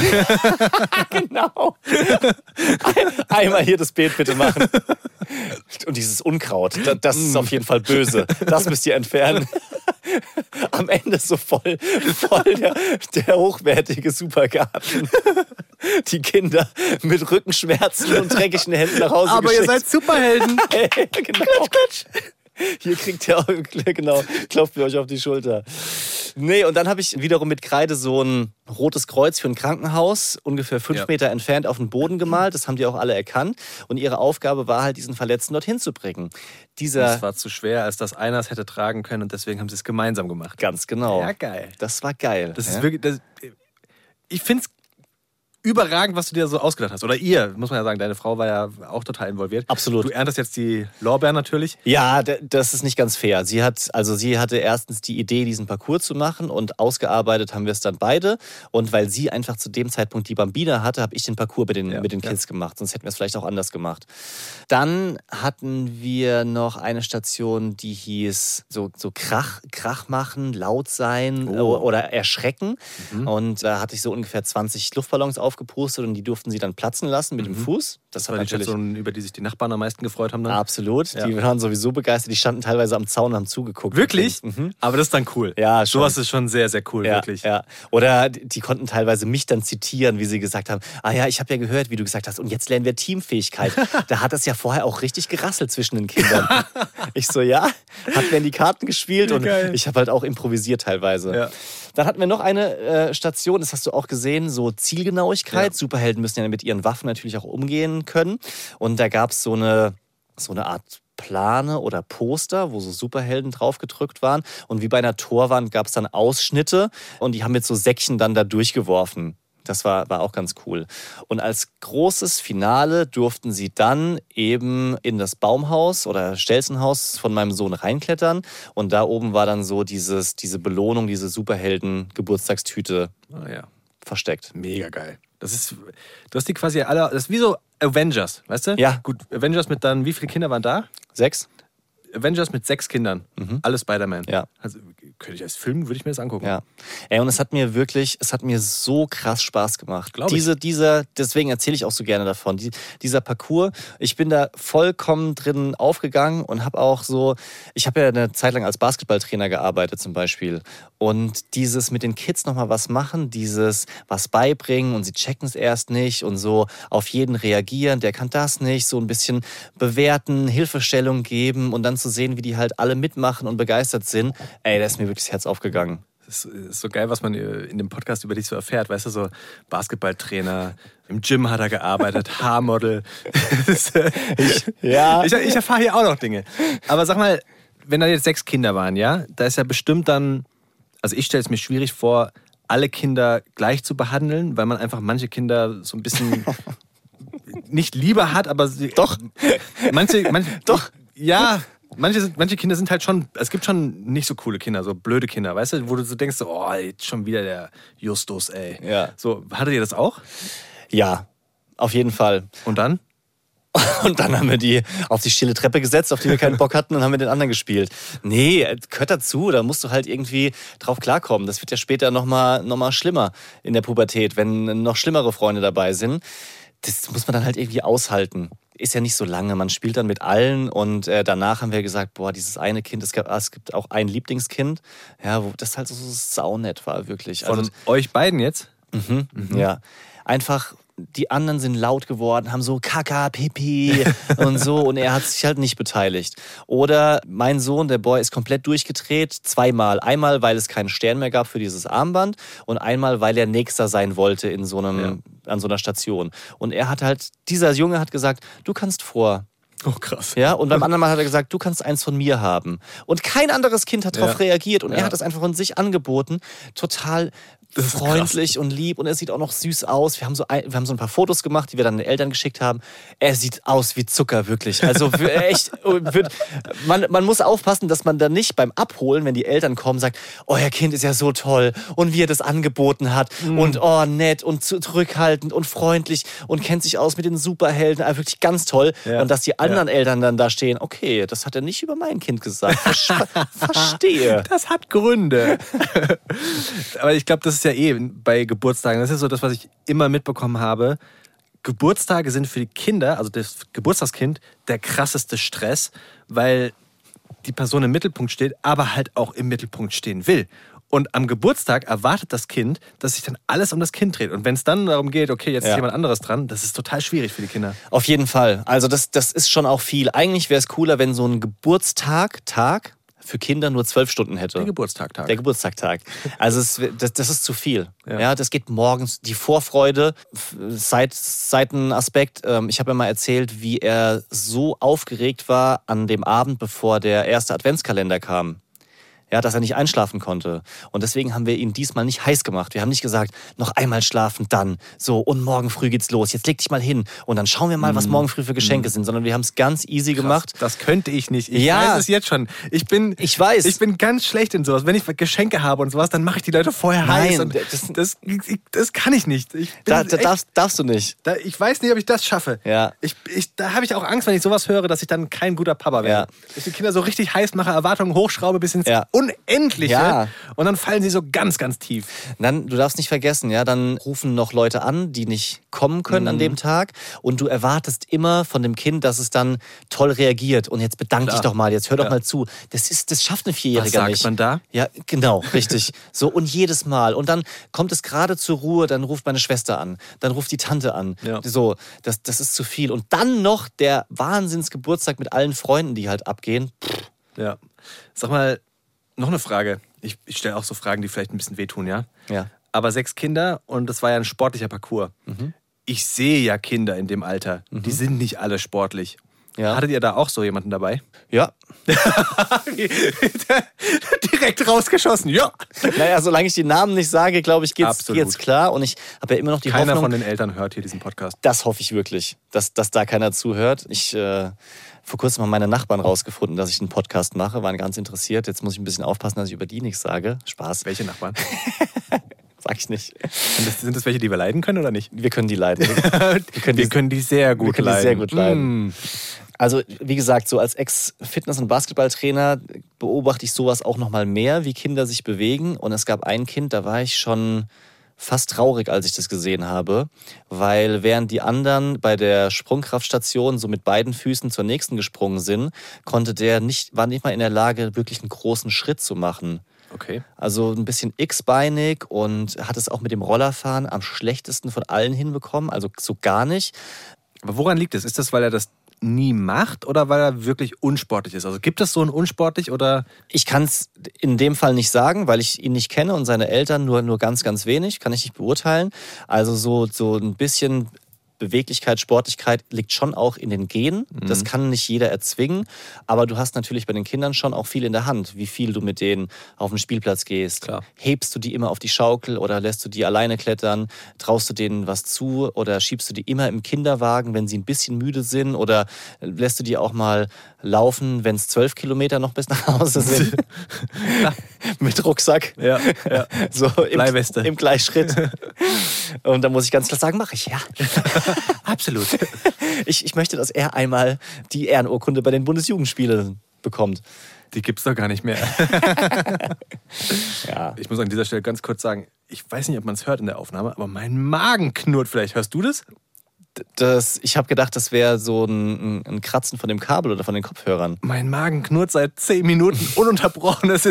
Genau. Einmal hier das Beet bitte machen. Und dieses Unkraut, das ist auf jeden Fall böse. Das müsst ihr entfernen. Am Ende so voll der hochwertige Supergarten. Die Kinder mit Rückenschmerzen und dreckigen Händen nach Hause Aber geschickt. ihr seid Superhelden. Genau. Klatsch. Hier kriegt ihr auch, genau, klopft mir euch auf die Schulter. Nee, und dann habe ich wiederum mit Kreide so ein rotes Kreuz für ein Krankenhaus ungefähr 5 Meter entfernt auf den Boden gemalt. Das haben die auch alle erkannt. Und ihre Aufgabe war halt, diesen Verletzten dorthin zu bringen. Das war zu schwer, als dass einer es hätte tragen können und deswegen haben sie es gemeinsam gemacht. Ganz genau. Ja, geil. Das war geil. Das ist wirklich, ich finde es überragend, was du dir so ausgedacht hast. Oder ihr, muss man ja sagen, deine Frau war ja auch total involviert. Absolut. Du erntest jetzt die Lorbeeren natürlich. Ja, das ist nicht ganz fair. Sie hatte erstens die Idee, diesen Parcours zu machen und ausgearbeitet haben wir es dann beide. Und weil sie einfach zu dem Zeitpunkt die Bambina hatte, habe ich den Parcours mit den Kids gemacht. Sonst hätten wir es vielleicht auch anders gemacht. Dann hatten wir noch eine Station, die hieß so Krach machen, laut sein oder erschrecken. Und da hatte ich so ungefähr 20 Luftballons aufgepustet und die durften sie dann platzen lassen mit dem Fuß. Das war die Station, über die sich die Nachbarn am meisten gefreut haben. Dann. Absolut. Ja. Die waren sowieso begeistert. Die standen teilweise am Zaun und haben zugeguckt. Wirklich? Aber das ist dann cool. Ja, schon. Sowas ist schon sehr, sehr cool, wirklich. Ja. Oder die konnten teilweise mich dann zitieren, wie sie gesagt haben, ich habe ja gehört, wie du gesagt hast, und jetzt lernen wir Teamfähigkeit. Da hat es ja vorher auch richtig gerasselt zwischen den Kindern. Ich so, hatten wir in die Karten gespielt und ich habe halt auch improvisiert teilweise. Ja. Dann hatten wir noch eine Station, das hast du auch gesehen, so Zielgenauigkeit. Ja. Superhelden müssen ja mit ihren Waffen natürlich auch umgehen können. Und da gab es so eine Art Plane oder Poster, wo so Superhelden drauf gedrückt waren. Und wie bei einer Torwand gab es dann Ausschnitte und die haben mit so Säckchen dann da durchgeworfen. Das war auch ganz cool. Und als großes Finale durften sie dann eben in das Baumhaus oder Stelzenhaus von meinem Sohn reinklettern. Und da oben war dann so diese Belohnung, diese Superhelden-Geburtstagstüte versteckt. Mega geil. Du hast die quasi alle, das ist wie so Avengers, weißt du? Ja. Gut, Avengers mit dann, wie viele Kinder waren da? 6. Avengers mit 6 Kindern. Alle Spider-Man. Ja. Also, könnte ich als Film, würde ich mir das angucken. Ja. Und es hat mir so krass Spaß gemacht. Glaube ich. Deswegen erzähle ich auch so gerne davon. Dieser Parcours, ich bin da vollkommen drin aufgegangen und ich habe ja eine Zeit lang als Basketballtrainer gearbeitet zum Beispiel. Und dieses mit den Kids nochmal was machen, dieses was beibringen und sie checken es erst nicht und so auf jeden reagieren, der kann das nicht, so ein bisschen bewerten, Hilfestellung geben und dann zu sehen, wie die halt alle mitmachen und begeistert sind. Da ist mir wirklich das Herz aufgegangen. Das ist so geil, was man in dem Podcast über dich so erfährt. Weißt du, so Basketballtrainer, im Gym hat er gearbeitet, Haarmodel. Ich erfahre hier auch noch Dinge. Aber sag mal, wenn da jetzt 6 Kinder waren, ja, da ist ja bestimmt dann, also ich stelle es mir schwierig vor, alle Kinder gleich zu behandeln, weil man einfach manche Kinder so ein bisschen nicht lieber hat, aber doch. Manche doch. Ja. Manche Kinder sind halt schon, es gibt schon nicht so coole Kinder, so blöde Kinder, weißt du, wo du so denkst, jetzt schon wieder der Justus, ey. Ja. So, hattet ihr das auch? Ja, auf jeden Fall. Und dann? Und dann haben wir die auf die stille Treppe gesetzt, auf die wir keinen Bock hatten, und haben mit den anderen gespielt. Nee, gehört dazu, da musst du halt irgendwie drauf klarkommen. Das wird ja später noch mal schlimmer in der Pubertät, wenn noch schlimmere Freunde dabei sind. Das muss man dann halt irgendwie aushalten. Ist ja nicht so lange, man spielt dann mit allen und danach haben wir gesagt, boah, dieses eine Kind, es gibt auch ein Lieblingskind, ja, wo das halt so saunett war, wirklich. Von euch beiden jetzt? Ja, einfach, die anderen sind laut geworden, haben so Kaka, Pipi und so, und er hat sich halt nicht beteiligt. Oder mein Sohn, der Boy, ist komplett durchgedreht, zweimal. Einmal, weil es keinen Stern mehr gab für dieses Armband, und einmal, weil er Nächster sein wollte an so einer Station. Und dieser Junge hat gesagt, du kannst vor. Oh, krass. Ja, und beim anderen Mal hat er gesagt, du kannst eins von mir haben. Und kein anderes Kind hat darauf reagiert, und er hat es einfach von sich angeboten. Total freundlich und lieb, und er sieht auch noch süß aus. Wir haben so ein paar Fotos gemacht, die wir dann den Eltern geschickt haben. Er sieht aus wie Zucker, wirklich. Also echt, man muss aufpassen, dass man dann nicht beim Abholen, wenn die Eltern kommen, sagt, euer Kind ist ja so toll und wie er das angeboten hat und oh, nett und zurückhaltend und freundlich und kennt sich aus mit den Superhelden, also wirklich ganz toll. Ja. Und dass die anderen Eltern dann da stehen, okay, das hat er nicht über mein Kind gesagt. Verstehe. Das hat Gründe. Aber ich glaube, das ist ja bei Geburtstagen, das ist so das, was ich immer mitbekommen habe. Geburtstage sind für die Kinder, also das Geburtstagskind, der krasseste Stress, weil die Person im Mittelpunkt steht, aber halt auch im Mittelpunkt stehen will. Und am Geburtstag erwartet das Kind, dass sich dann alles um das Kind dreht. Und wenn es dann darum geht, okay, jetzt ist jemand anderes dran, das ist total schwierig für die Kinder. Auf jeden Fall. Also das ist schon auch viel. Eigentlich wäre es cooler, wenn so ein Geburtstag für Kinder nur 12 Stunden hätte. Der Geburtstagtag. Also das ist zu viel. Ja, das geht morgens. Die Vorfreude, Seitenaspekt. Ich habe ja mal erzählt, wie er so aufgeregt war an dem Abend, bevor der erste Adventskalender kam. Ja, dass er nicht einschlafen konnte. Und deswegen haben wir ihn diesmal nicht heiß gemacht. Wir haben nicht gesagt, noch einmal schlafen, dann. So, und morgen früh geht's los. Jetzt leg dich mal hin. Und dann schauen wir mal, was morgen früh für Geschenke sind. Sondern wir haben es ganz easy gemacht. Das könnte ich nicht. Ich weiß es jetzt schon. Ich bin ganz schlecht in sowas. Wenn ich Geschenke habe und sowas, dann mache ich die Leute vorher heiß. Und das kann ich nicht. Darfst du nicht. Ich weiß nicht, ob ich das schaffe. Ja. Da habe ich auch Angst, wenn ich sowas höre, dass ich dann kein guter Papa werde. Dass ich die Kinder so richtig heiß mache, Erwartungen hochschraube bis ins Unendliche. Ja. Und dann fallen sie so ganz, ganz tief. Dann, du darfst nicht vergessen, dann rufen noch Leute an, die nicht kommen können an dem Tag. Und du erwartest immer von dem Kind, dass es dann toll reagiert. Und jetzt bedank dich doch mal, jetzt hör doch mal zu. Das schafft eine Vierjährige nicht. Was sagt man da? Ja, genau, richtig. So, und jedes Mal. Und dann kommt es gerade zur Ruhe, dann ruft meine Schwester an. Dann ruft die Tante an. Ja. So, das ist zu viel. Und dann noch der Wahnsinnsgeburtstag mit allen Freunden, die halt abgehen. Ja. Sag mal, noch eine Frage. Ich stelle auch so Fragen, die vielleicht ein bisschen wehtun, ja? Ja. Aber 6 Kinder und das war ja ein sportlicher Parcours. Ich sehe ja Kinder in dem Alter. Die sind nicht alle sportlich. Ja. Hattet ihr da auch so jemanden dabei? Ja. Direkt rausgeschossen, ja. Naja, solange ich die Namen nicht sage, glaube ich, geht's klar. Und ich habe ja immer noch die Hoffnung... Keiner von den Eltern hört hier diesen Podcast. Das hoffe ich wirklich, dass da keiner zuhört. Vor kurzem haben meine Nachbarn rausgefunden, dass ich einen Podcast mache, waren ganz interessiert. Jetzt muss ich ein bisschen aufpassen, dass ich über die nichts sage. Spaß. Welche Nachbarn? Sag ich nicht. Sind das welche, die wir leiden können oder nicht? Wir können die leiden. Wir können die sehr gut leiden. Also wie gesagt, so als Ex-Fitness- und Basketballtrainer beobachte ich sowas auch noch mal mehr, wie Kinder sich bewegen. Und es gab ein Kind, da war ich schon fast traurig, als ich das gesehen habe, weil während die anderen bei der Sprungkraftstation so mit beiden Füßen zur nächsten gesprungen sind, war nicht mal in der Lage, wirklich einen großen Schritt zu machen. Okay. Also ein bisschen x-beinig und hat es auch mit dem Rollerfahren am schlechtesten von allen hinbekommen, also so gar nicht. Aber woran liegt es? Ist das, weil er das nie macht oder weil er wirklich unsportlich ist? Also gibt es so ein unsportlich oder? Ich kann es in dem Fall nicht sagen, weil ich ihn nicht kenne und seine Eltern nur ganz, ganz wenig, kann ich nicht beurteilen. Also so ein bisschen Beweglichkeit, Sportlichkeit liegt schon auch in den Genen. Das kann nicht jeder erzwingen. Aber du hast natürlich bei den Kindern schon auch viel in der Hand, wie viel du mit denen auf den Spielplatz gehst. Klar. Hebst du die immer auf die Schaukel oder lässt du die alleine klettern? Traust du denen was zu oder schiebst du die immer im Kinderwagen, wenn sie ein bisschen müde sind? Oder lässt du die auch mal laufen, wenn es 12 Kilometer noch bis nach Hause sind? mit Rucksack. Ja. So Bleiweste. im Gleichschritt. Und da muss ich ganz klar sagen, mache ich, ja. Absolut. Ich möchte, dass er einmal die Ehrenurkunde bei den Bundesjugendspielen bekommt. Die gibt's doch gar nicht mehr. Ja. Ich muss an dieser Stelle ganz kurz sagen, ich weiß nicht, ob man es hört in der Aufnahme, aber mein Magen knurrt vielleicht. Hörst du das? Ich habe gedacht, das wäre so ein Kratzen von dem Kabel oder von den Kopfhörern. Mein Magen knurrt seit 10 Minuten ununterbrochen. Es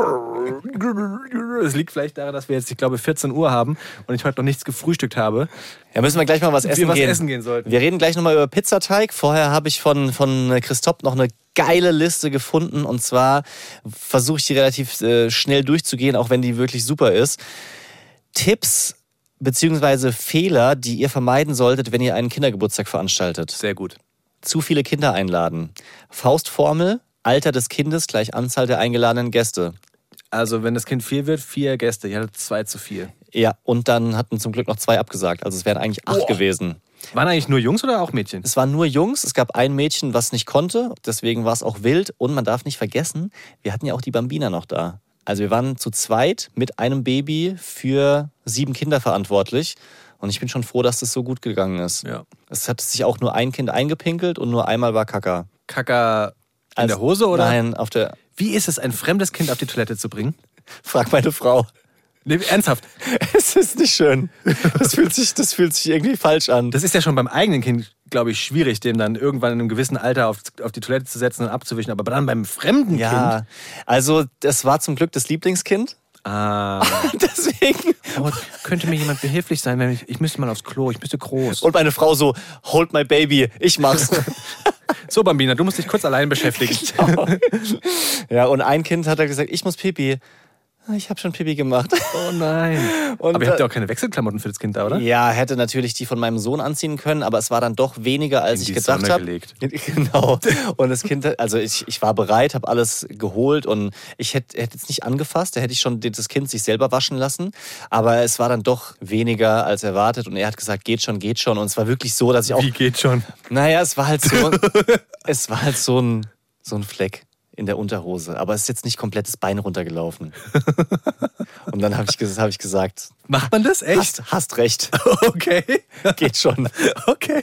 liegt vielleicht daran, dass wir jetzt, ich glaube, 14 Uhr haben und ich heute noch nichts gefrühstückt habe. Ja, müssen wir gleich mal was essen gehen. Essen gehen sollten. Wir reden gleich nochmal über Pizzateig. Vorher habe ich von Christoph noch eine geile Liste gefunden. Und zwar versuche ich die relativ schnell durchzugehen, auch wenn die wirklich super ist. Tipps beziehungsweise Fehler, die ihr vermeiden solltet, wenn ihr einen Kindergeburtstag veranstaltet. Sehr gut. Zu viele Kinder einladen. Faustformel, Alter des Kindes gleich Anzahl der eingeladenen Gäste. Also wenn das Kind 4 wird, 4 Gäste. Ich hatte 2 zu viel. Ja, und dann hatten zum Glück noch 2 abgesagt. Also es wären eigentlich 8 gewesen. Waren eigentlich nur Jungs oder auch Mädchen? Es waren nur Jungs. Es gab ein Mädchen, was nicht konnte. Deswegen war es auch wild. Und man darf nicht vergessen, wir hatten ja auch die Bambina noch da. Also wir waren zu zweit mit einem Baby für 7 Kinder verantwortlich. Und ich bin schon froh, dass das so gut gegangen ist. Ja. Es hat sich auch nur ein Kind eingepinkelt und nur einmal war Kaka. Kaka in der Hose, oder? Nein, auf der... Wie ist es, ein fremdes Kind auf die Toilette zu bringen? Frag meine Frau. Nee, ernsthaft. Es ist nicht schön. Das fühlt sich irgendwie falsch an. Das ist ja schon beim eigenen Kind, glaube ich, schwierig, dem dann irgendwann in einem gewissen Alter auf die Toilette zu setzen und abzuwischen. Aber dann beim fremden Kind. Ja, also das war zum Glück das Lieblingskind. Ah. Deswegen. Oh, könnte mir jemand behilflich sein, wenn ich müsste mal aufs Klo, ich müsste groß. Und meine Frau so, hold my baby, ich mach's. So, Bambina, du musst dich kurz allein beschäftigen. Ja, und ein Kind hat gesagt, ich muss Pipi. Ich habe schon Pipi gemacht. Oh nein. Und aber ihr habt ja auch keine Wechselklamotten für das Kind da, oder? Ja, hätte natürlich die von meinem Sohn anziehen können, aber es war dann doch weniger, als ich gedacht habe. Genau. Und das Kind, also ich war bereit, habe alles geholt und ich hätte jetzt nicht angefasst, da hätte ich schon das Kind sich selber waschen lassen. Aber es war dann doch weniger als erwartet und er hat gesagt, geht schon. Und es war wirklich so, dass ich auch... Wie geht schon? Naja, es war halt so ein Fleck in der Unterhose. Aber es ist jetzt nicht komplett das Bein runtergelaufen. Und dann habe ich gesagt... Macht man das echt? Hast recht. Okay. Geht schon. Okay.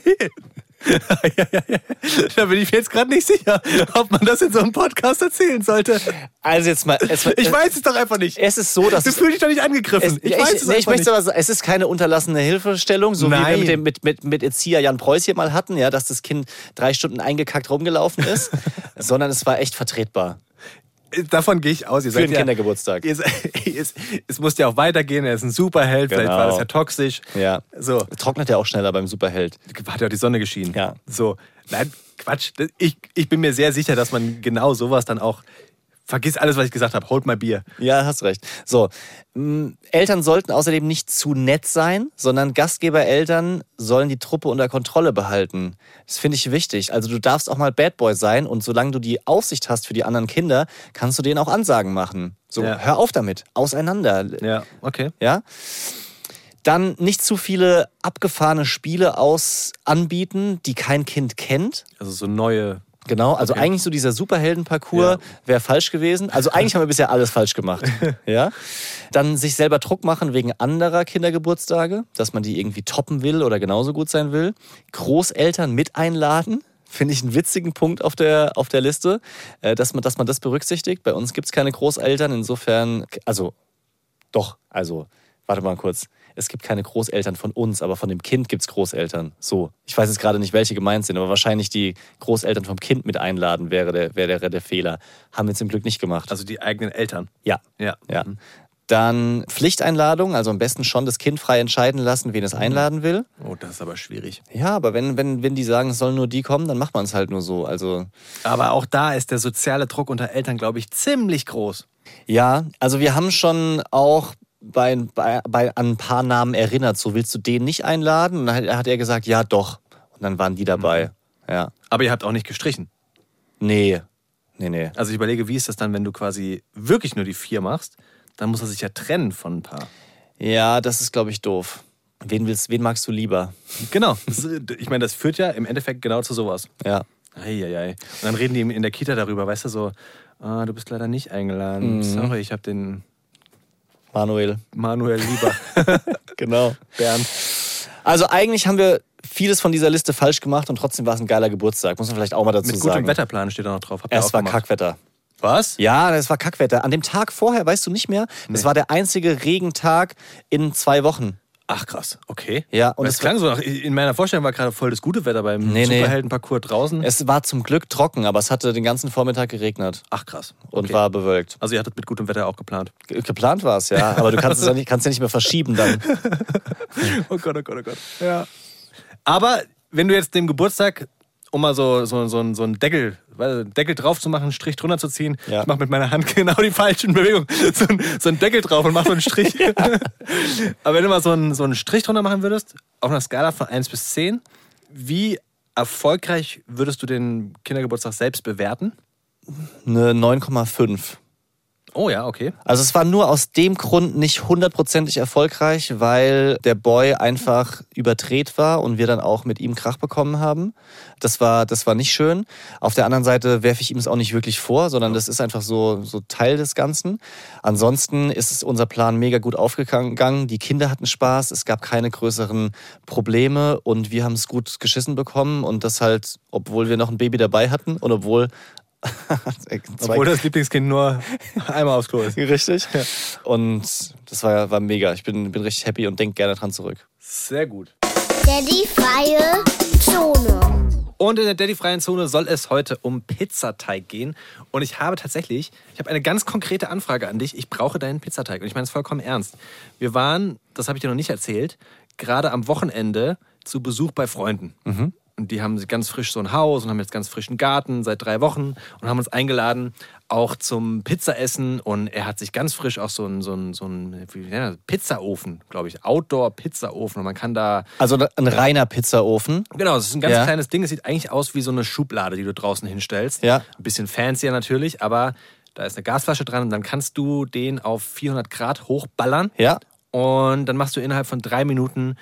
Ja. Da bin ich mir jetzt gerade nicht sicher, ob man das in so einem Podcast erzählen sollte. Also jetzt mal... Ich weiß es doch einfach nicht. Es ist so, dass... Du fühlst dich doch nicht angegriffen. Ich möchte aber sagen, es ist keine unterlassene Hilfestellung, so Nein. wie wir mit Erzieher Jan Preuß hier mal hatten, ja, dass das Kind 3 Stunden eingekackt rumgelaufen ist, sondern es war echt vertretbar. Davon gehe ich aus. Ihr Für seid einen Kindergeburtstag. Es muss ja auch weitergehen. Er ist ein Superheld. Genau. Vielleicht war das ja toxisch. Ja. So. Trocknet ja auch schneller beim Superheld. Hat ja auch die Sonne geschienen. Ja. So. Nein, Quatsch. Ich bin mir sehr sicher, dass man genau sowas dann auch... Vergiss alles, was ich gesagt habe. Hold my beer. Ja, hast recht. So, Eltern sollten außerdem nicht zu nett sein, sondern Gastgebereltern sollen die Truppe unter Kontrolle behalten. Das finde ich wichtig. Also du darfst auch mal Bad Boy sein und solange du die Aufsicht hast für die anderen Kinder, kannst du denen auch Ansagen machen. So, Ja. hör auf damit. Auseinander. Ja, okay. Ja? Dann nicht zu viele abgefahrene Spiele anbieten, die kein Kind kennt. Also so neue... Genau, also Okay. eigentlich so dieser Superhelden-Parcours wäre falsch gewesen. Also eigentlich haben wir bisher alles falsch gemacht. Ja? Dann sich selber Druck machen wegen anderer Kindergeburtstage, dass man die irgendwie toppen will oder genauso gut sein will. Großeltern mit einladen, finde ich einen witzigen Punkt auf der Liste, dass man das berücksichtigt. Bei uns gibt es keine Großeltern, insofern, warte mal kurz. Es gibt keine Großeltern von uns, aber von dem Kind gibt es Großeltern. So, ich weiß jetzt gerade nicht, welche gemeint sind, aber wahrscheinlich die Großeltern vom Kind mit einladen wäre der Fehler. Haben wir zum Glück nicht gemacht. Also die eigenen Eltern. Ja. Ja. Dann Pflichteinladung, also am besten schon das Kind frei entscheiden lassen, wen es einladen will. Oh, das ist aber schwierig. Ja, aber wenn die sagen, es sollen nur die kommen, dann macht man es halt nur so. Also Aber auch da ist der soziale Druck unter Eltern, glaube ich, ziemlich groß. ja, also wir haben schon auch an ein paar Namen erinnert. So, willst du den nicht einladen? Und dann hat er gesagt, ja doch. Und dann waren die dabei. Ja. Aber ihr habt auch nicht gestrichen. Nee. Also ich überlege, wie ist das dann, wenn du quasi wirklich nur die 4 machst? Dann muss er sich ja trennen von ein paar. Ja, das ist, glaube ich, doof. Wen magst du lieber? Genau. Ich meine, das führt ja im Endeffekt genau zu sowas. Ja. Eieiei. Und dann reden die in der Kita darüber, weißt du, so, Du bist leider nicht eingeladen. Sorry, ich habe den Manuel lieber. Genau. Bernd. Also eigentlich haben wir vieles von dieser Liste falsch gemacht und trotzdem war es ein geiler Geburtstag. Muss man vielleicht auch mal dazu Mit sagen. gutem Wetterplan steht da noch drauf. Habt ihr Es auch war gemacht? Kackwetter. Was? Ja, es war Kackwetter. An dem Tag vorher, weißt du nicht mehr, das war der einzige Regentag in 2 Wochen. Ach krass, okay. Ja, Und es klang so nach, in meiner Vorstellung war gerade voll das gute Wetter beim Superheldenparcours draußen. Es war zum Glück trocken, aber es hatte den ganzen Vormittag geregnet. Ach krass. Und war bewölkt. Also ihr hattet mit gutem Wetter auch geplant. Geplant war es, ja. Aber du kannst es ja nicht mehr verschieben dann. Oh Gott, oh Gott, oh Gott. Ja. Aber wenn du jetzt dem Geburtstag, um mal so einen Deckel drauf zu machen, einen Strich drunter zu ziehen, Ja. ich mache mit meiner Hand genau die falschen Bewegungen, so einen Deckel drauf und mache so einen Strich. Aber wenn du mal so einen Strich drunter machen würdest, auf einer Skala von 1 bis 10, wie erfolgreich würdest du den Kindergeburtstag selbst bewerten? Eine 9,5. Oh ja, okay. Also es war nur aus dem Grund nicht 100%ig erfolgreich, weil der Boy einfach überdreht war und wir dann auch mit ihm Krach bekommen haben. Das war nicht schön. Auf der anderen Seite werfe ich ihm es auch nicht wirklich vor, sondern das ist einfach so Teil des Ganzen. Ansonsten ist unser Plan mega gut aufgegangen. Die Kinder hatten Spaß, es gab keine größeren Probleme und wir haben es gut geschissen bekommen und das halt, obwohl wir noch ein Baby dabei hatten und obwohl das Lieblingskind nur einmal aufs Klo ist. Richtig. Ja. Und das war mega. Ich bin richtig happy und denke gerne dran zurück. Sehr gut. Daddy-freie Zone. Und in der Daddy-freien Zone soll es heute um Pizzateig gehen. Und ich habe eine ganz konkrete Anfrage an dich. Ich brauche deinen Pizzateig. Und ich meine es vollkommen ernst. Wir waren, das habe ich dir noch nicht erzählt, gerade am Wochenende zu Besuch bei Freunden. Mhm. Und die haben ganz frisch so ein Haus und haben jetzt ganz frischen Garten seit 3 Wochen und haben uns eingeladen, auch zum Pizzaessen. Und er hat sich ganz frisch auch so einen Pizzaofen, glaube ich, Outdoor-Pizzaofen. Und man kann da... Also ein reiner Pizzaofen. Genau, das ist ein ganz kleines Ding. Es sieht eigentlich aus wie so eine Schublade, die du draußen hinstellst. Ja. Ein bisschen fancier natürlich, aber da ist eine Gasflasche dran und dann kannst du den auf 400 Grad hochballern. Ja. Und dann machst du innerhalb von 3 Minuten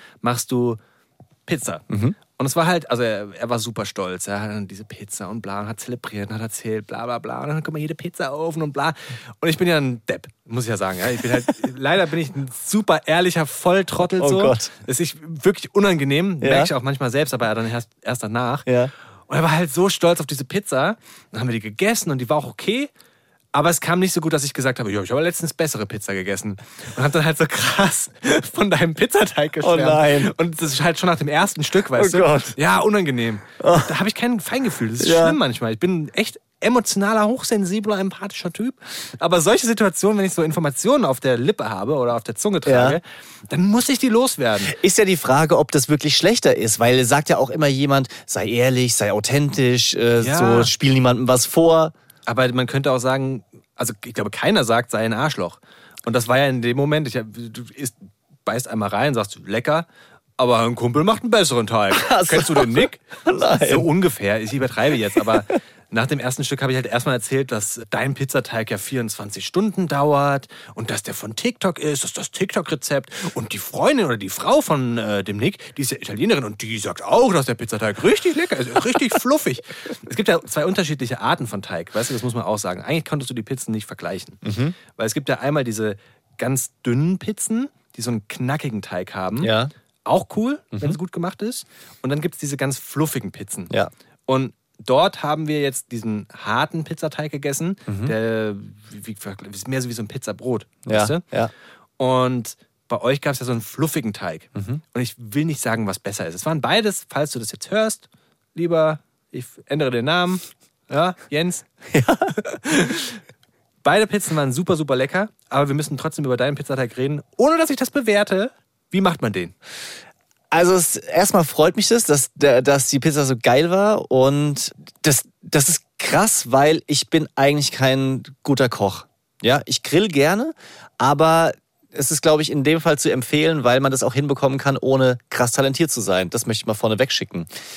Pizza. Mhm. Und es war halt, also er war super stolz. Er hat dann diese Pizza und bla und hat zelebriert und hat erzählt, bla bla bla. Und dann guck mal, jede Pizzaofen und bla. Und ich bin ja ein Depp, muss ich ja sagen. Ja. Ich bin halt, leider bin ich ein super ehrlicher Volltrottel. Oh so. Gott. Das ist wirklich unangenehm. Ja. Merke ich auch manchmal selbst, aber dann erst danach. Ja. Und er war halt so stolz auf diese Pizza. Dann haben wir die gegessen und die war auch okay. Aber es kam nicht so gut, dass ich gesagt habe, ich habe letztens bessere Pizza gegessen. Und habe dann halt so krass von deinem Pizzateig geschwärmt. Oh nein. Und das ist halt schon nach dem ersten Stück, weißt du? Gott. Ja, unangenehm. Oh. Da habe ich kein Feingefühl. Das ist Ja. schlimm manchmal. Ich bin echt emotionaler, hochsensibler, empathischer Typ. Aber solche Situationen, wenn ich so Informationen auf der Lippe habe oder auf der Zunge trage, dann muss ich die loswerden. Ist ja die Frage, ob das wirklich schlechter ist, weil sagt ja auch immer jemand, sei ehrlich, sei authentisch, so spiel niemandem was vor. Aber man könnte auch sagen, also ich glaube, keiner sagt, sei ein Arschloch. Und das war ja in dem Moment, du beißt einmal rein, sagst lecker, aber ein Kumpel macht einen besseren Teig. So. Kennst du den Nick? Nein. So ungefähr, ich übertreibe jetzt, aber nach dem ersten Stück habe ich halt erstmal erzählt, dass dein Pizzateig ja 24 Stunden dauert und dass der von TikTok ist, das ist das TikTok-Rezept. Und die Freundin oder die Frau von dem Nick, die ist ja Italienerin und die sagt auch, dass der Pizzateig richtig lecker ist, richtig fluffig. Es gibt ja 2 unterschiedliche Arten von Teig, weißt du, das muss man auch sagen. Eigentlich konntest du die Pizzen nicht vergleichen. Mhm. Weil es gibt ja einmal diese ganz dünnen Pizzen, die so einen knackigen Teig haben. Ja. Auch cool, wenn es gut gemacht ist. Und dann gibt es diese ganz fluffigen Pizzen. Ja. Und dort haben wir jetzt diesen harten Pizzateig gegessen, der ist mehr so wie so ein Pizzabrot. Weißt du? Ja. Und bei euch gab es ja so einen fluffigen Teig. Und ich will nicht sagen, was besser ist. Es waren beides, falls du das jetzt hörst, lieber, ich ändere den Namen, ja, Jens. Ja. Beide Pizzen waren super, super lecker, aber wir müssen trotzdem über deinen Pizzateig reden, ohne dass ich das bewerte. Wie macht man den? Also erstmal freut mich das, dass die Pizza so geil war und das ist krass, weil ich bin eigentlich kein guter Koch. Ja, ich grill gerne, aber es ist, glaube ich, in dem Fall zu empfehlen, weil man das auch hinbekommen kann, ohne krass talentiert zu sein. Das möchte ich mal vorne wegschicken.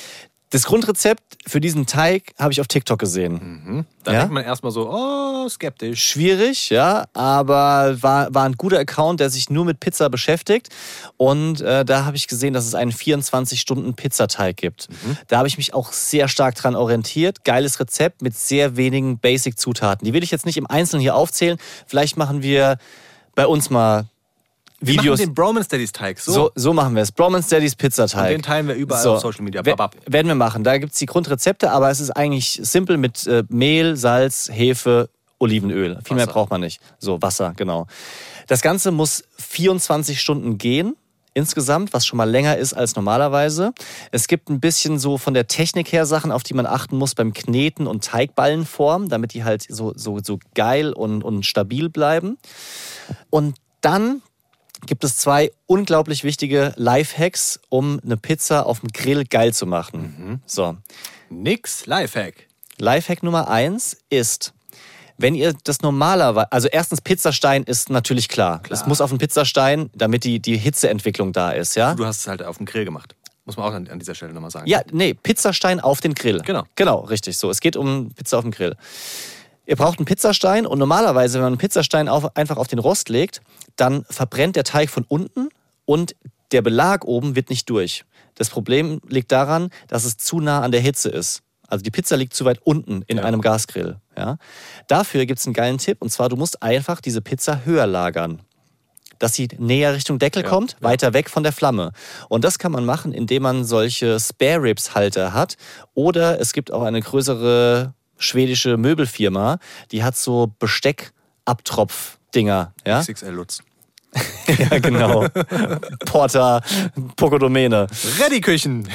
Das Grundrezept für diesen Teig habe ich auf TikTok gesehen. Da Ja? denkt man erstmal so, skeptisch. Schwierig, ja, aber war ein guter Account, der sich nur mit Pizza beschäftigt. Und da habe ich gesehen, dass es einen 24-Stunden-Pizzateig gibt. Da habe ich mich auch sehr stark dran orientiert. Geiles Rezept mit sehr wenigen Basic-Zutaten. Die will ich jetzt nicht im Einzelnen hier aufzählen. Vielleicht machen wir bei uns mal Wir Videos. machen den Bromance Daddies Teig. So machen wir es. Bromance Daddies Pizzateig. Und den teilen wir überall auf Social Media. Werden wir machen. Da gibt es die Grundrezepte, aber es ist eigentlich simpel mit Mehl, Salz, Hefe, Olivenöl. Viel mehr Wasser. braucht man nicht. So, Wasser, genau. Das Ganze muss 24 Stunden gehen. Insgesamt, was schon mal länger ist als normalerweise. Es gibt ein bisschen so von der Technik her Sachen, auf die man achten muss beim Kneten und Teigballenform, damit die halt so geil und stabil bleiben. Und dann gibt es 2 unglaublich wichtige Lifehacks, um eine Pizza auf dem Grill geil zu machen. So, Nix Lifehack. Lifehack Nummer 1 ist, wenn ihr das normalerweise, also erstens Pizzastein ist natürlich klar. Es muss auf dem Pizzastein, damit die Hitzeentwicklung da ist, ja? Du hast es halt auf dem Grill gemacht. Muss man auch an dieser Stelle nochmal sagen. Ja, nee, Pizzastein auf den Grill. Genau. Genau, richtig so. Es geht um Pizza auf dem Grill. Ihr braucht einen Pizzastein und normalerweise, wenn man einen Pizzastein einfach auf den Rost legt, dann verbrennt der Teig von unten und der Belag oben wird nicht durch. Das Problem liegt daran, dass es zu nah an der Hitze ist. Also die Pizza liegt zu weit unten in einem Gasgrill. Ja? Dafür gibt es einen geilen Tipp und zwar, du musst einfach diese Pizza höher lagern. Dass sie näher Richtung Deckel kommt, weiter weg von der Flamme. Und das kann man machen, indem man solche Spare-Ribs-Halter hat. Oder es gibt auch eine größere schwedische Möbelfirma, die hat so Besteckabtropf-Dinger. Ja? XXL Lutz. Ja, genau. Porta, Pocodomene. Ready-Küchen.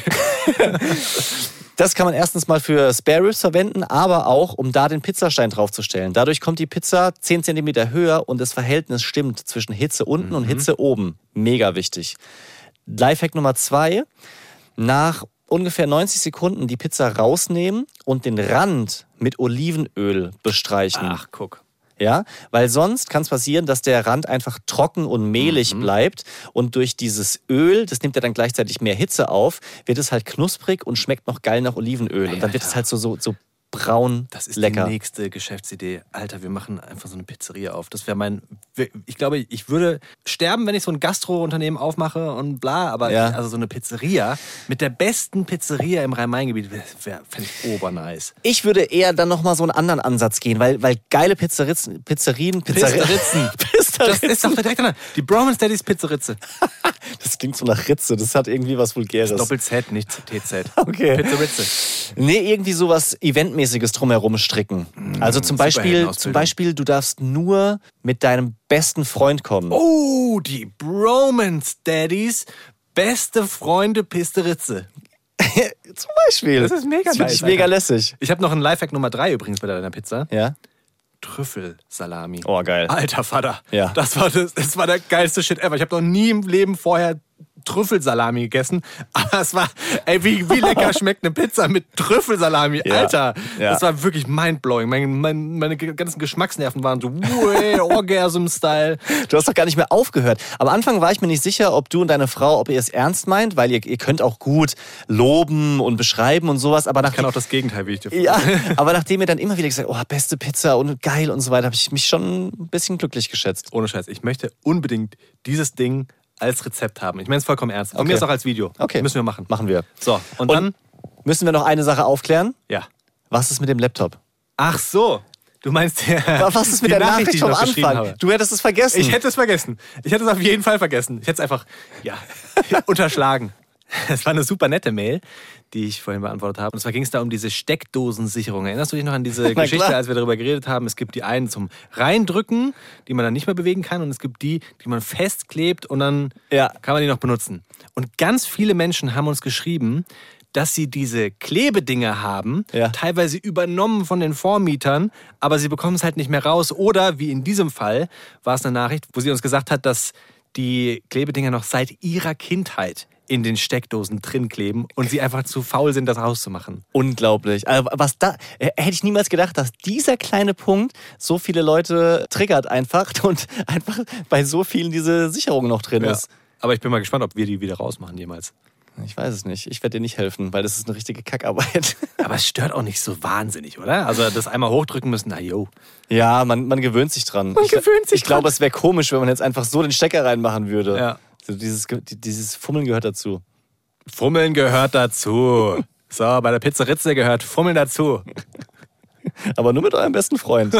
Das kann man erstens mal für Spare Ribs verwenden, aber auch, um da den Pizzastein draufzustellen. Dadurch kommt die Pizza 10 cm höher und das Verhältnis stimmt zwischen Hitze unten und Hitze oben. Mega wichtig. Lifehack Nummer 2. Nach ungefähr 90 Sekunden die Pizza rausnehmen und den Rand mit Olivenöl bestreichen. Ach, guck. Ja, weil sonst kann es passieren, dass der Rand einfach trocken und mehlig bleibt und durch dieses Öl, das nimmt ja dann gleichzeitig mehr Hitze auf, wird es halt knusprig und schmeckt noch geil nach Olivenöl und dann wird es halt so braun Das ist lecker. die nächste Geschäftsidee. Alter, wir machen einfach so eine Pizzeria auf. Das wäre ich glaube, ich würde sterben, wenn ich so ein Gastro-Unternehmen aufmache und bla, aber also so eine Pizzeria mit der besten Pizzeria im Rhein-Main-Gebiet fände ich obernice. Ich würde eher dann nochmal so einen anderen Ansatz gehen, weil geile Pizzerien. Das ist doch direkt an. Die Bromance Daddies Pizzeritze. Das klingt so nach Ritze, das hat irgendwie was Vulgäres. Doppel-Z, nicht TZ. Okay. Pizzeritze. Nee, irgendwie sowas Eventmäßiges drumherum stricken. Also zum Beispiel, du darfst nur mit deinem besten Freund kommen. Oh, die Bromance Daddies beste Freunde Pizzeritze. Zum Beispiel. Das ist mega Das finde nice, ich mega Alter. lässig. Ich habe noch einen Lifehack Nummer 3 übrigens bei deiner Pizza. Ja? Trüffelsalami. Oh, geil. Alter Vater. Ja. Das war der geilste Shit ever. Ich habe noch nie im Leben vorher Trüffelsalami gegessen. Aber es war, wie lecker schmeckt eine Pizza mit Trüffelsalami. Ja. Alter, Ja. das war wirklich mindblowing. Meine ganzen Geschmacksnerven waren so, way, Orgasm-Style. Du hast doch gar nicht mehr aufgehört. Am Anfang war ich mir nicht sicher, ob du und deine Frau, ob ihr es ernst meint, weil ihr könnt auch gut loben und beschreiben und sowas. Aber Ich kann auch das Gegenteil, wie ich dir ja, aber nachdem ihr dann immer wieder gesagt habt, oh, beste Pizza und geil und so weiter, habe ich mich schon ein bisschen glücklich geschätzt. Ohne Scheiß, ich möchte unbedingt dieses Ding als Rezept haben. Ich meine es vollkommen ernst. Von Okay. mir ist auch als Video. Okay. Müssen wir machen. Machen wir. So, und dann? Müssen wir noch eine Sache aufklären? Ja. Was ist mit dem Laptop? Ach so. Du meinst Was ist mit die der Nachricht die ich vom noch geschrieben Anfang? habe. Du hättest es vergessen. Ich hätte es vergessen. Ich hätte es auf jeden Fall vergessen. Ich hätte es einfach, unterschlagen. Es war eine super nette Mail, die ich vorhin beantwortet habe. Und zwar ging es da um diese Steckdosensicherung. Erinnerst du dich noch an diese Geschichte, klar. als wir darüber geredet haben? Es gibt die einen zum Reindrücken, die man dann nicht mehr bewegen kann. Und es gibt die man festklebt und dann kann man die noch benutzen. Und ganz viele Menschen haben uns geschrieben, dass sie diese Klebedinger haben, teilweise übernommen von den Vormietern, aber sie bekommen es halt nicht mehr raus. Oder, wie in diesem Fall, war es eine Nachricht, wo sie uns gesagt hat, dass die Klebedinger noch seit ihrer Kindheit in den Steckdosen drin kleben und sie einfach zu faul sind, das rauszumachen. Unglaublich. Also hätte ich niemals gedacht, dass dieser kleine Punkt so viele Leute triggert einfach und einfach bei so vielen diese Sicherung noch drin ist. Aber ich bin mal gespannt, ob wir die wieder rausmachen jemals. Ich weiß es nicht. Ich werde dir nicht helfen, weil das ist eine richtige Kackarbeit. Aber es stört auch nicht so wahnsinnig, oder? Also das einmal hochdrücken müssen, na jo. Ja, man gewöhnt sich dran. Ich glaube, es wäre komisch, wenn man jetzt einfach so den Stecker reinmachen würde. Ja. Also dieses Fummeln gehört dazu. Fummeln gehört dazu. So, bei der Pizzeritze gehört Fummeln dazu. Aber nur mit eurem besten Freund.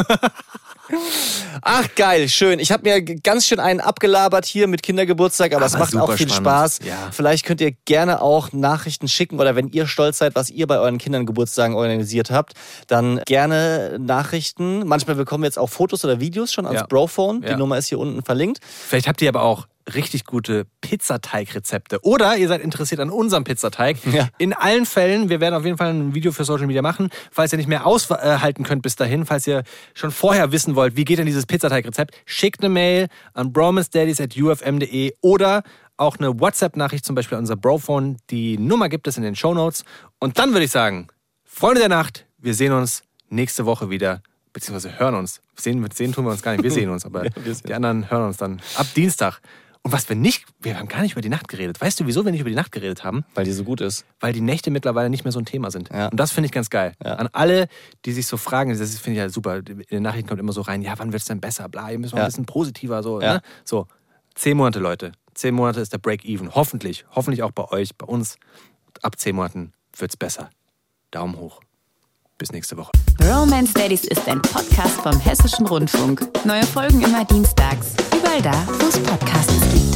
Ach, geil, schön. Ich habe mir ganz schön einen abgelabert hier mit Kindergeburtstag, aber es macht auch viel Spaß. Ja. Vielleicht könnt ihr gerne auch Nachrichten schicken oder wenn ihr stolz seid, was ihr bei euren Kindern Geburtstagen organisiert habt, dann gerne Nachrichten. Manchmal bekommen wir jetzt auch Fotos oder Videos schon ans Brophone. Die Nummer ist hier unten verlinkt. Vielleicht habt ihr aber auch richtig gute Pizzateigrezepte. Oder ihr seid interessiert an unserem Pizzateig. Ja. In allen Fällen, wir werden auf jeden Fall ein Video für Social Media machen, falls ihr nicht mehr aushalten könnt bis dahin, falls ihr schon vorher wissen wollt, wie geht denn dieses Pizzateigrezept, schickt eine Mail an bromancedaddies@ufm.de oder auch eine WhatsApp-Nachricht zum Beispiel an unser Brophone. Die Nummer gibt es in den Shownotes. Und dann würde ich sagen, Freunde der Nacht, wir sehen uns nächste Woche wieder, beziehungsweise hören uns. Sehen tun wir uns gar nicht, wir sehen uns, aber die anderen hören uns dann ab Dienstag. Und was wir haben gar nicht über die Nacht geredet. Weißt du, wieso wir nicht über die Nacht geredet haben? Weil die so gut ist. Weil die Nächte mittlerweile nicht mehr so ein Thema sind. Ja. Und das finde ich ganz geil. Ja. An alle, die sich so fragen, das finde ich ja super. In den Nachrichten kommt immer so rein, ja, wann wird es denn besser? Bla, ihr müsst mal ein bisschen positiver. So, ja. Ne? So, 10 Monate, Leute. 10 Monate ist der Break-Even. Hoffentlich auch bei euch, bei uns. Ab 10 Monaten wird es besser. Daumen hoch. Bis nächste Woche. Bromance Daddies ist ein Podcast vom Hessischen Rundfunk. Neue Folgen immer dienstags. Überall da, wo es Podcasts gibt.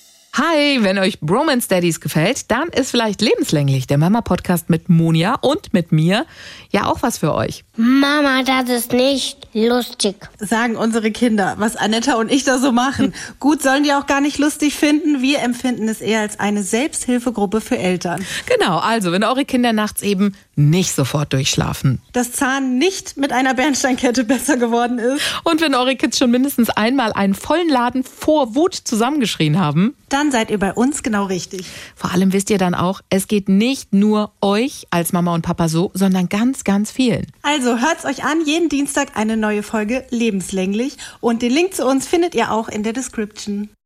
Hi, wenn euch Bromance Daddies gefällt, dann ist vielleicht lebenslänglich der Mama-Podcast mit Monja und mit mir ja auch was für euch. Mama, das ist nicht lustig. Sagen unsere Kinder, was Anetta und ich da so machen. Gut, sollen die auch gar nicht lustig finden. Wir empfinden es eher als eine Selbsthilfegruppe für Eltern. Genau, also wenn eure Kinder nachts eben nicht sofort durchschlafen. Das Zahn nicht mit einer Bernsteinkette besser geworden ist. Und wenn eure Kids schon mindestens einmal einen vollen Laden vor Wut zusammengeschrien haben. Dann seid ihr bei uns genau richtig. Vor allem wisst ihr dann auch, es geht nicht nur euch als Mama und Papa so, sondern ganz, ganz vielen. Also hört's euch an, jeden Dienstag eine neue Folge lebenslänglich. Und den Link zu uns findet ihr auch in der Description.